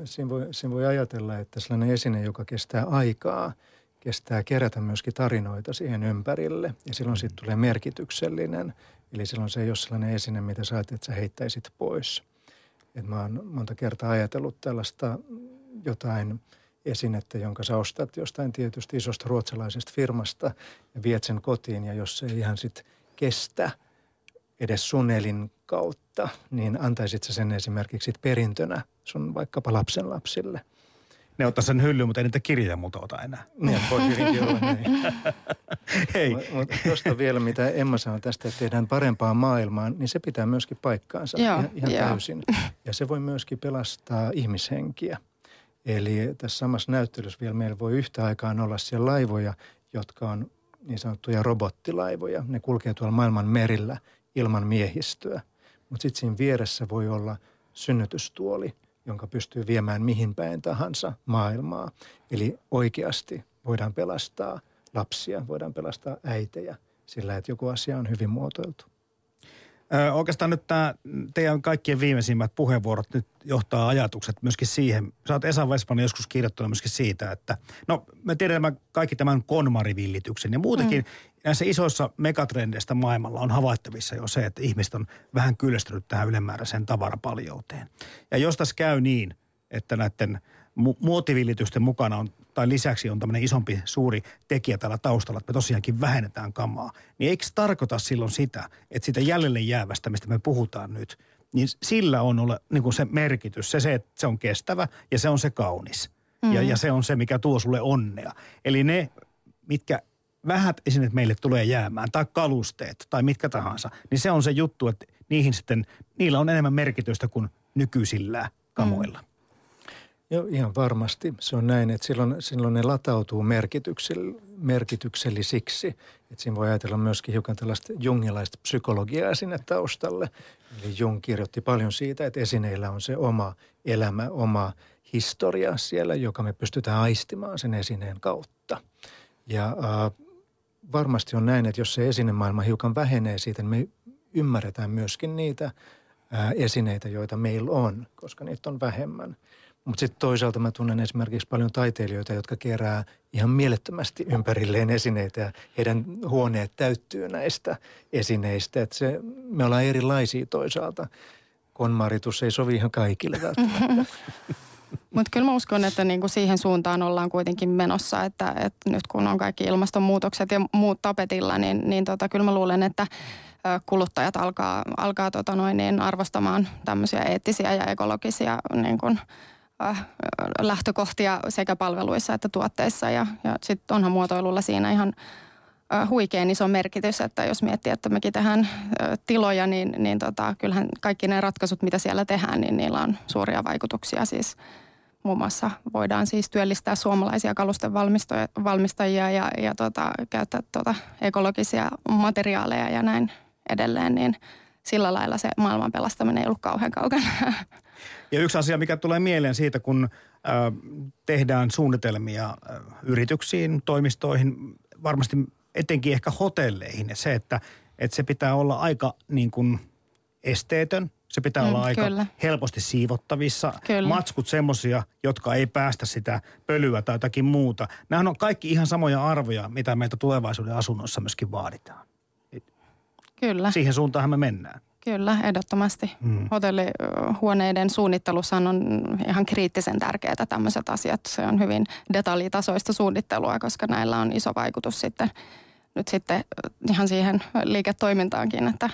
siinä voi ajatella, että sellainen esine, joka kestää aikaa, kestää kerätä myöskin tarinoita siihen ympärille ja silloin siitä tulee merkityksellinen. Eli silloin se ei ole sellainen esine, mitä sä ajattelet, että sä heittäisit pois. Et mä oon monta kertaa ajatellut tällaista jotain esinettä, jonka sä ostat jostain tietysti isosta ruotsalaisesta firmasta ja viet sen kotiin ja jos se ei ihan sit kestä edes sun elinkautta, niin antaisit sä sen esimerkiksi perintönä sun vaikkapa lapsenlapsille. Ne ottaa sen hyllyyn, mutta ei niitä kirjaa muuta ota enää. Ne voi hyvinkin olla näin. Hei. Mutta tuosta vielä, mitä Emma sanoi tästä, että tehdään parempaa maailmaa, niin se pitää myöskin paikkaansa ihan täysin. Ja se voi myöskin pelastaa ihmishenkiä. Eli tässä samassa näyttelyssä vielä meillä voi yhtä aikaan olla siellä laivoja, jotka on niin sanottuja robottilaivoja. Ne kulkee tuolla maailman merillä ilman miehistöä. Mutta sitten siinä vieressä voi olla synnytystuoli, jonka pystyy viemään mihin päin tahansa maailmaa. Eli oikeasti voidaan pelastaa lapsia, voidaan pelastaa äitejä sillä, että joku asia on hyvin muotoiltu. Oikeastaan nyt tämä teidän kaikkien viimeisimmät puheenvuorot nyt johtaa ajatukset myöskin siihen. Sä oot Esa Vestman joskus kirjoittanut myöskin siitä, että no me tiedämme kaikki tämän konmarivillityksen ja muutenkin näissä isoissa megatrendeistä maailmalla on havaittavissa jo se, että ihmiset on vähän kyllästynyt tähän ylimääräiseen tavarapaljouteen. Ja jos tässä käy niin, että näiden muotivillitysten mukana on, tai lisäksi on tämmöinen isompi suuri tekijä täällä taustalla, että me tosiaankin vähennetään kamaa, niin eikö tarkoita silloin sitä, että sitä jäljelle jäävästä, mistä me puhutaan nyt, niin sillä on niin kuin se merkitys, se, että se on kestävä ja se on se kaunis. Ja se on se, mikä tuo sulle onnea. Eli ne, mitkä vähät esineet meille tulee jäämään, tai kalusteet, tai mitkä tahansa, niin se on se juttu, että niillä on enemmän merkitystä kuin nykyisillä kamoilla. Joo, ihan varmasti. Se on näin, että silloin ne latautuu merkityksellisiksi. Että siinä voi ajatella myöskin hiukan tällaista jungilaista psykologiaa sinne taustalle. Eli Jung kirjoitti paljon siitä, että esineillä on se oma elämä, oma historia siellä, joka me pystytään aistimaan sen esineen kautta. Ja varmasti on näin, että jos se esinemaailma hiukan vähenee siitä, niin me ymmärretään myöskin niitä esineitä, joita meillä on, koska niitä on vähemmän. Mutta sitten toisaalta mä tunnen esimerkiksi paljon taiteilijoita, jotka kerää ihan mielettömästi ympärilleen esineitä ja heidän huoneet täyttyy näistä esineistä. Että me ollaan erilaisia toisaalta. Konmaritus ei sovi ihan kaikille välttämättä. Mutta kyllä mä uskon, että niinku siihen suuntaan ollaan kuitenkin menossa, että nyt kun on kaikki ilmastonmuutokset ja muut tapetilla, niin kyllä mä luulen, että kuluttajat alkaa arvostamaan tämmöisiä eettisiä ja ekologisia niin kuin, lähtökohtia sekä palveluissa että tuotteissa. Ja sitten onhan muotoilulla siinä ihan huikean iso merkitys, että jos miettii, että mekin tehdään tiloja, niin kyllähän kaikki ne ratkaisut, mitä siellä tehdään, niin niillä on suuria vaikutuksia. Siis muun muassa voidaan siis työllistää suomalaisia kalusten valmistajia ja käyttää ekologisia materiaaleja ja näin edelleen, niin sillä lailla se maailman pelastaminen ei ollut kauhean kaukana. Ja yksi asia, mikä tulee mieleen siitä, kun tehdään suunnitelmia yrityksiin, toimistoihin, varmasti etenkin ehkä hotelleihin, se, että se pitää olla aika niin kuin esteetön, se pitää olla aika helposti siivottavissa. Kyllä. Matskut semmoisia, jotka ei päästä sitä pölyä tai jotakin muuta. Nämähän on kaikki ihan samoja arvoja, mitä meiltä tulevaisuuden asunnoissa myöskin vaaditaan. Kyllä. Siihen suuntaanhan me mennään. Kyllä, ehdottomasti. Hotellihuoneiden suunnittelussa on ihan kriittisen tärkeää tämmöiset asiat. Se on hyvin detaljitasoista suunnittelua, koska näillä on iso vaikutus sitten ihan siihen liiketoimintaankin, että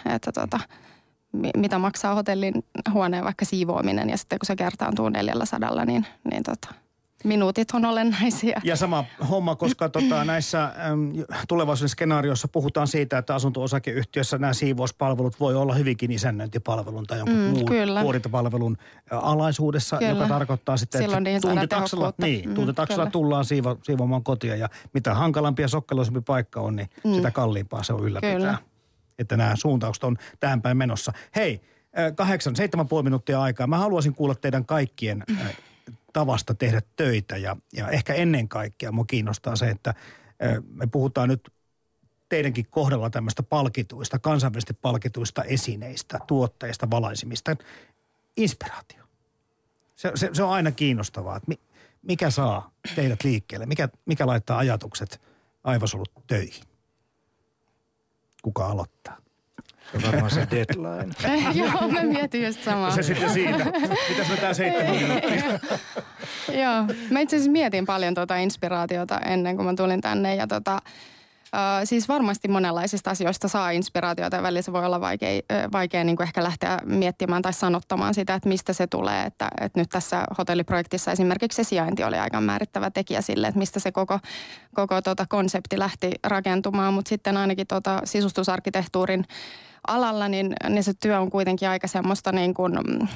mitä maksaa hotellin huoneen vaikka siivoaminen ja sitten kun se kertaantuu 400, niin minuutit on olennaisia. Ja sama homma, koska näissä tulevaisuuden skenaarioissa puhutaan siitä, että asunto-osakeyhtiössä nämä siivouspalvelut voi olla hyvinkin isännöintipalvelun tai jonkun muun huorintapalvelun alaisuudessa, joka tarkoittaa sitten, että tuntitaksalla tullaan siivoamaan kotia ja mitä hankalampi ja sokkeloisempi paikka on, niin sitä kalliimpaa se on ylläpitää. Kyllä. Että nämä suuntaukset on tähän päin menossa. Hei, 7,5 minuuttia aikaa. Mä haluaisin kuulla teidän kaikkien tavasta tehdä töitä ja ehkä ennen kaikkea mua kiinnostaa se, että me puhutaan nyt teidänkin kohdalla tämmöistä palkituista, kansainvälisesti palkituista esineistä, tuotteista, valaisimista. Inspiraatio. Se on aina kiinnostavaa, että mikä saa teidät liikkeelle, mikä laittaa ajatukset, aivosolut töihin. Kuka aloittaa? Se on varmaan se deadline. Joo, mä mietin just samaa. Se sitten siitä. Mitäs me tää 7 minuuttia? Joo, mä itse asiassa mietin paljon inspiraatiota ennen kuin mä tulin tänne. Ja siis varmasti monenlaisista asioista saa inspiraatiota ja välillä se voi olla vaikea niin kuin ehkä lähteä miettimään tai sanottamaan sitä, että mistä se tulee. Että nyt tässä hotelliprojektissa esimerkiksi se sijainti oli aika määrittävä tekijä sille, että mistä se koko konsepti lähti rakentumaan. Mutta sitten ainakin sisustusarkkitehtuurin alalla, niin se työ on kuitenkin aika semmoista niin kuin,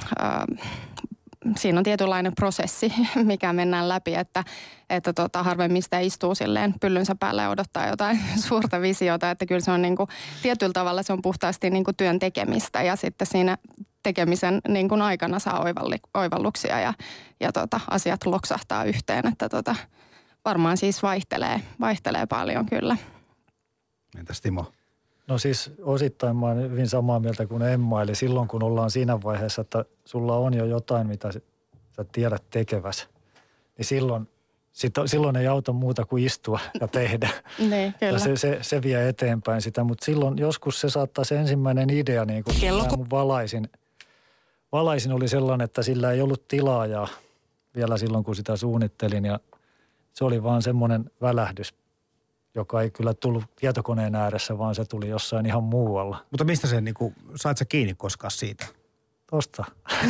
siinä on tietynlainen prosessi, mikä mennään läpi, että harvemmin sitä istuu silleen pyllynsä päällä ja odottaa jotain suurta visiota, että kyllä se on niin kuin, tietyllä tavalla se on puhtaasti niin kuin työn tekemistä ja sitten siinä tekemisen niin kuin aikana saa oivalluksia ja asiat loksahtaa yhteen, että varmaan siis vaihtelee paljon kyllä. Entäs Timo? No siis osittain mä oon hyvin samaa mieltä kuin Emma, eli silloin kun ollaan siinä vaiheessa, että sulla on jo jotain, mitä sä tiedät tekeväs, niin silloin ei auta muuta kuin istua ja tehdä. Niin, kyllä. Ja se vie eteenpäin sitä, mutta silloin joskus se saattaa se ensimmäinen idea, niin kuin mun valaisin oli sellainen, että sillä ei ollut tilaajaa vielä silloin, kun sitä suunnittelin ja se oli vaan semmoinen välähdys, joka ei kyllä tullut tietokoneen ääressä, vaan se tuli jossain ihan muualla. Mutta mistä se sait sä kiinni koskaan siitä? Tosta.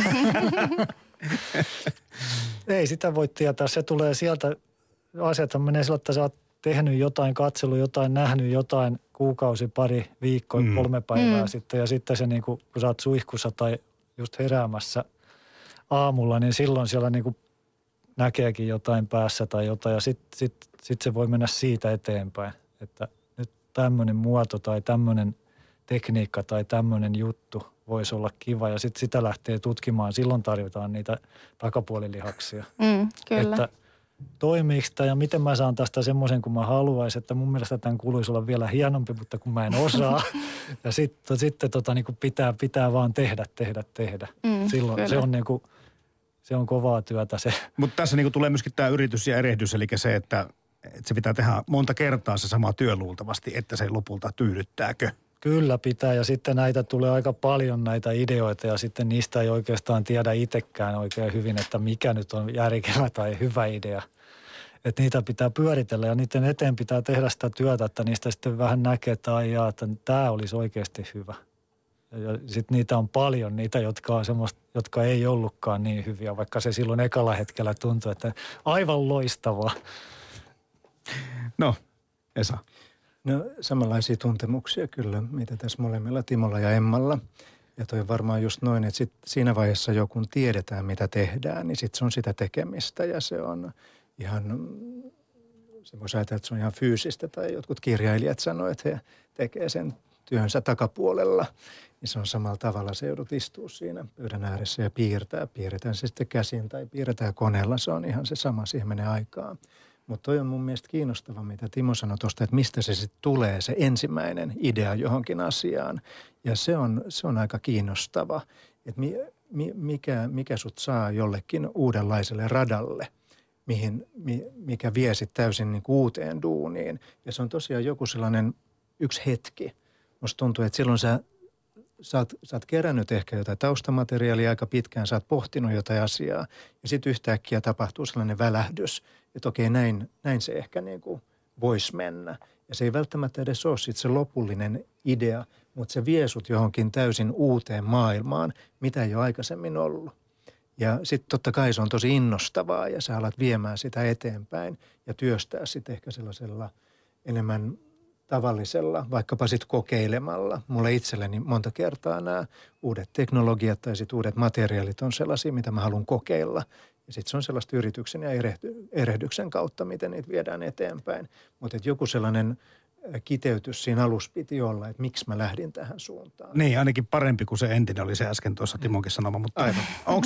Ei sitä voi tietää. Se tulee sieltä, asiat menee sillä, että sä oot tehnyt jotain, katsellut jotain, nähnyt jotain kuukausi, pari, viikkoa, 3 päivää sitten. Ja sitten se kun sä oot suihkussa tai just heräämässä aamulla, niin silloin siellä näkeekin jotain päässä tai jotain. Ja sitten se voi mennä siitä eteenpäin, että nyt tämmöinen muoto tai tämmöinen tekniikka tai tämmöinen juttu voisi olla kiva. Ja sitten sitä lähtee tutkimaan. Silloin tarvitaan niitä takapuolilihaksia. Kyllä. Että toimiiko tämä ja miten mä saan tästä semmoisen kuin mä haluaisin. Että mun mielestä tämän kuuluisi olla vielä hienompi, mutta kun mä en osaa. Ja sitten pitää vaan tehdä. Silloin kyllä. Se on se on kovaa työtä se. Mutta tässä niinku tulee myöskin tämä yritys ja erehdys, eli se, että se pitää tehdä monta kertaa se sama työ luultavasti, että se lopulta tyydyttääkö? Kyllä pitää, ja sitten näitä tulee aika paljon näitä ideoita, ja sitten niistä ei oikeastaan tiedä itsekään oikein hyvin, että mikä nyt on järkevä tai hyvä idea. Että niitä pitää pyöritellä ja niiden eteen pitää tehdä sitä työtä, että niistä sitten vähän näkee, että että tämä olisi oikeasti hyvä. Ja sitten niitä on paljon, niitä, jotka ei ollutkaan niin hyviä, vaikka se silloin ekalla hetkellä tuntui, että aivan loistavaa. No, Esa. No samanlaisia tuntemuksia kyllä, mitä tässä molemmilla Timolla ja Emmalla. Ja toi varmaan just noin, että sit siinä vaiheessa jo kun tiedetään mitä tehdään, niin sitten se on sitä tekemistä ja se on ihan, se voisi ajatella, että se on ihan fyysistä tai jotkut kirjailijat sanoo, että he tekee sen työnsä takapuolella. Niin se on samalla tavalla, se joudut istua siinä pöydän ääressä ja piirretään se sitten käsin tai piirretään koneella, se on ihan se sama, siihen menee aikaa. Mutta toi on mun mielestä kiinnostava, mitä Timo sanoi tuosta, että mistä se sitten tulee, se ensimmäinen idea johonkin asiaan. Ja se on aika kiinnostava, että mikä sut saa jollekin uudenlaiselle radalle, mikä vie sitten täysin niin kuin uuteen duuniin. Ja se on tosiaan joku sellainen yksi hetki. Musta tuntuu, että silloin sä oot kerännyt ehkä jotain taustamateriaalia aika pitkään, sä oot pohtinut jotain asiaa ja sitten yhtäkkiä tapahtuu sellainen välähdys, että okei, näin se ehkä niin kuin voisi mennä. Ja se ei välttämättä edes ole sit se lopullinen idea, mutta se vie sut johonkin täysin uuteen maailmaan, mitä ei ole aikaisemmin ollut. Ja sitten totta kai se on tosi innostavaa ja sä alat viemään sitä eteenpäin ja työstää sitten ehkä sellaisella enemmän tavallisella, vaikkapa sitten kokeilemalla. Mulle itselleni monta kertaa nämä uudet teknologiat tai sitten uudet materiaalit on sellaisia, mitä mä haluan kokeilla. Ja sitten se on sellaista yrityksen ja erehdyksen kautta, miten niitä viedään eteenpäin. Mutta joku sellainen kiteytys siinä alussa piti olla, että miksi mä lähdin tähän suuntaan. Niin, ainakin parempi kuin se entinen oli se äsken tuossa Timonkin sanoma. Mutta onko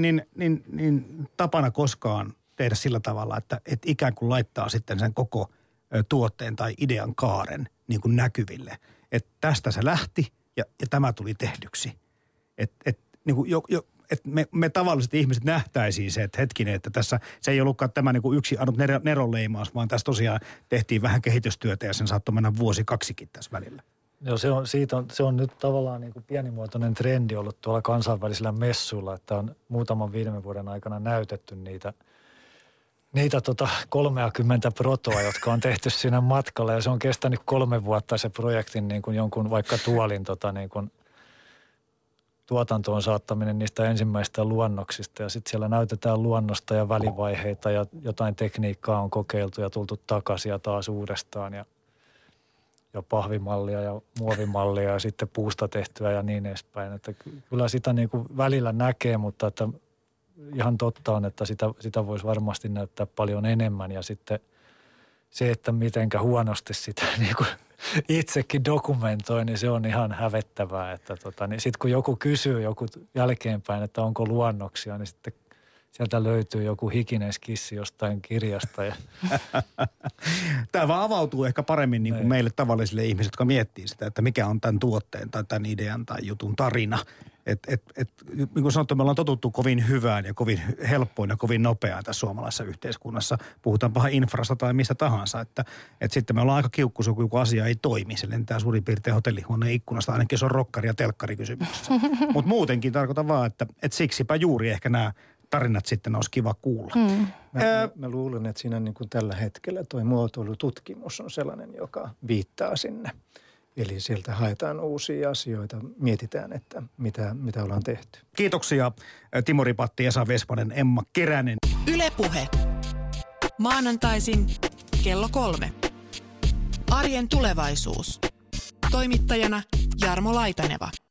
tapana koskaan tehdä sillä tavalla, että ikään kuin laittaa sitten sen koko tuotteen tai idean kaaren niin kuin näkyville. Että tästä se lähti ja tämä tuli tehdyksi. Niin kuin että me tavalliset ihmiset nähtäisiin se, että hetkinen, että tässä se ei ollutkaan tämä niin kuin yksi ainut neronleimaus, vaan tässä tosiaan tehtiin vähän kehitystyötä ja sen saattoi mennä vuosi kaksikin tässä välillä. Joo, se on nyt tavallaan niin kuin pienimuotoinen trendi ollut tuolla kansainvälisillä messuilla, että on muutaman 5 vuoden aikana näytetty niitä 30 protoa, jotka on tehty siinä matkalla ja se on kestänyt 3 vuotta se projektin niin kuin jonkun vaikka tuolin niin kuin tuotantoon saattaminen niistä ensimmäisistä luonnoksista ja sitten siellä näytetään luonnosta ja välivaiheita ja jotain tekniikkaa on kokeiltu ja tultu takaisin ja taas uudestaan ja pahvimallia ja muovimallia ja sitten puusta tehtyä ja niin edespäin. Että kyllä sitä niin kuin välillä näkee, mutta että ihan totta on, että sitä voisi varmasti näyttää paljon enemmän ja sitten se, että mitenkä huonosti sitä niin kuin itsekin dokumentoi, niin se on ihan hävettävää, että niin sitten kun joku kysyy joku jälkeenpäin, että onko luonnoksia, niin sitten sieltä löytyy joku hikinen skissi jostain kirjasta. Ja tämä vaan avautuu ehkä paremmin niin kuin meille tavallisille ihmisille, jotka miettii sitä, että mikä on tämän tuotteen tai tämän idean tai jutun tarina. Niin kuin sanottu, me ollaan totuttu kovin hyvään ja kovin helppoin ja kovin nopeaan tässä suomalaisessa yhteiskunnassa. Puhutaanpahan infrasta tai mistä tahansa, että sitten me ollaan aika kiukkuisia, kun joku asia ei toimi. Se lentää suurin piirtein hotellihuoneen ikkunasta, ainakin se on rokkari- ja telkkarikysymyksessä. Mutta muutenkin tarkoitan vaan, että siksipä juuri ehkä nämä tarinat sitten olisi kiva kuulla. Mä luulen, että siinä niin kuin tällä hetkellä toi muotoilututkimus on sellainen, joka viittaa sinne. Eli sieltä haetaan uusia asioita, mietitään, että mitä ollaan tehty. Kiitoksia Timo Ripatti, Esa Vespanen, Emma Keränen. Yle Puhe. Maanantaisin kello 3. Arjen tulevaisuus. Toimittajana Jarmo Laitaneva.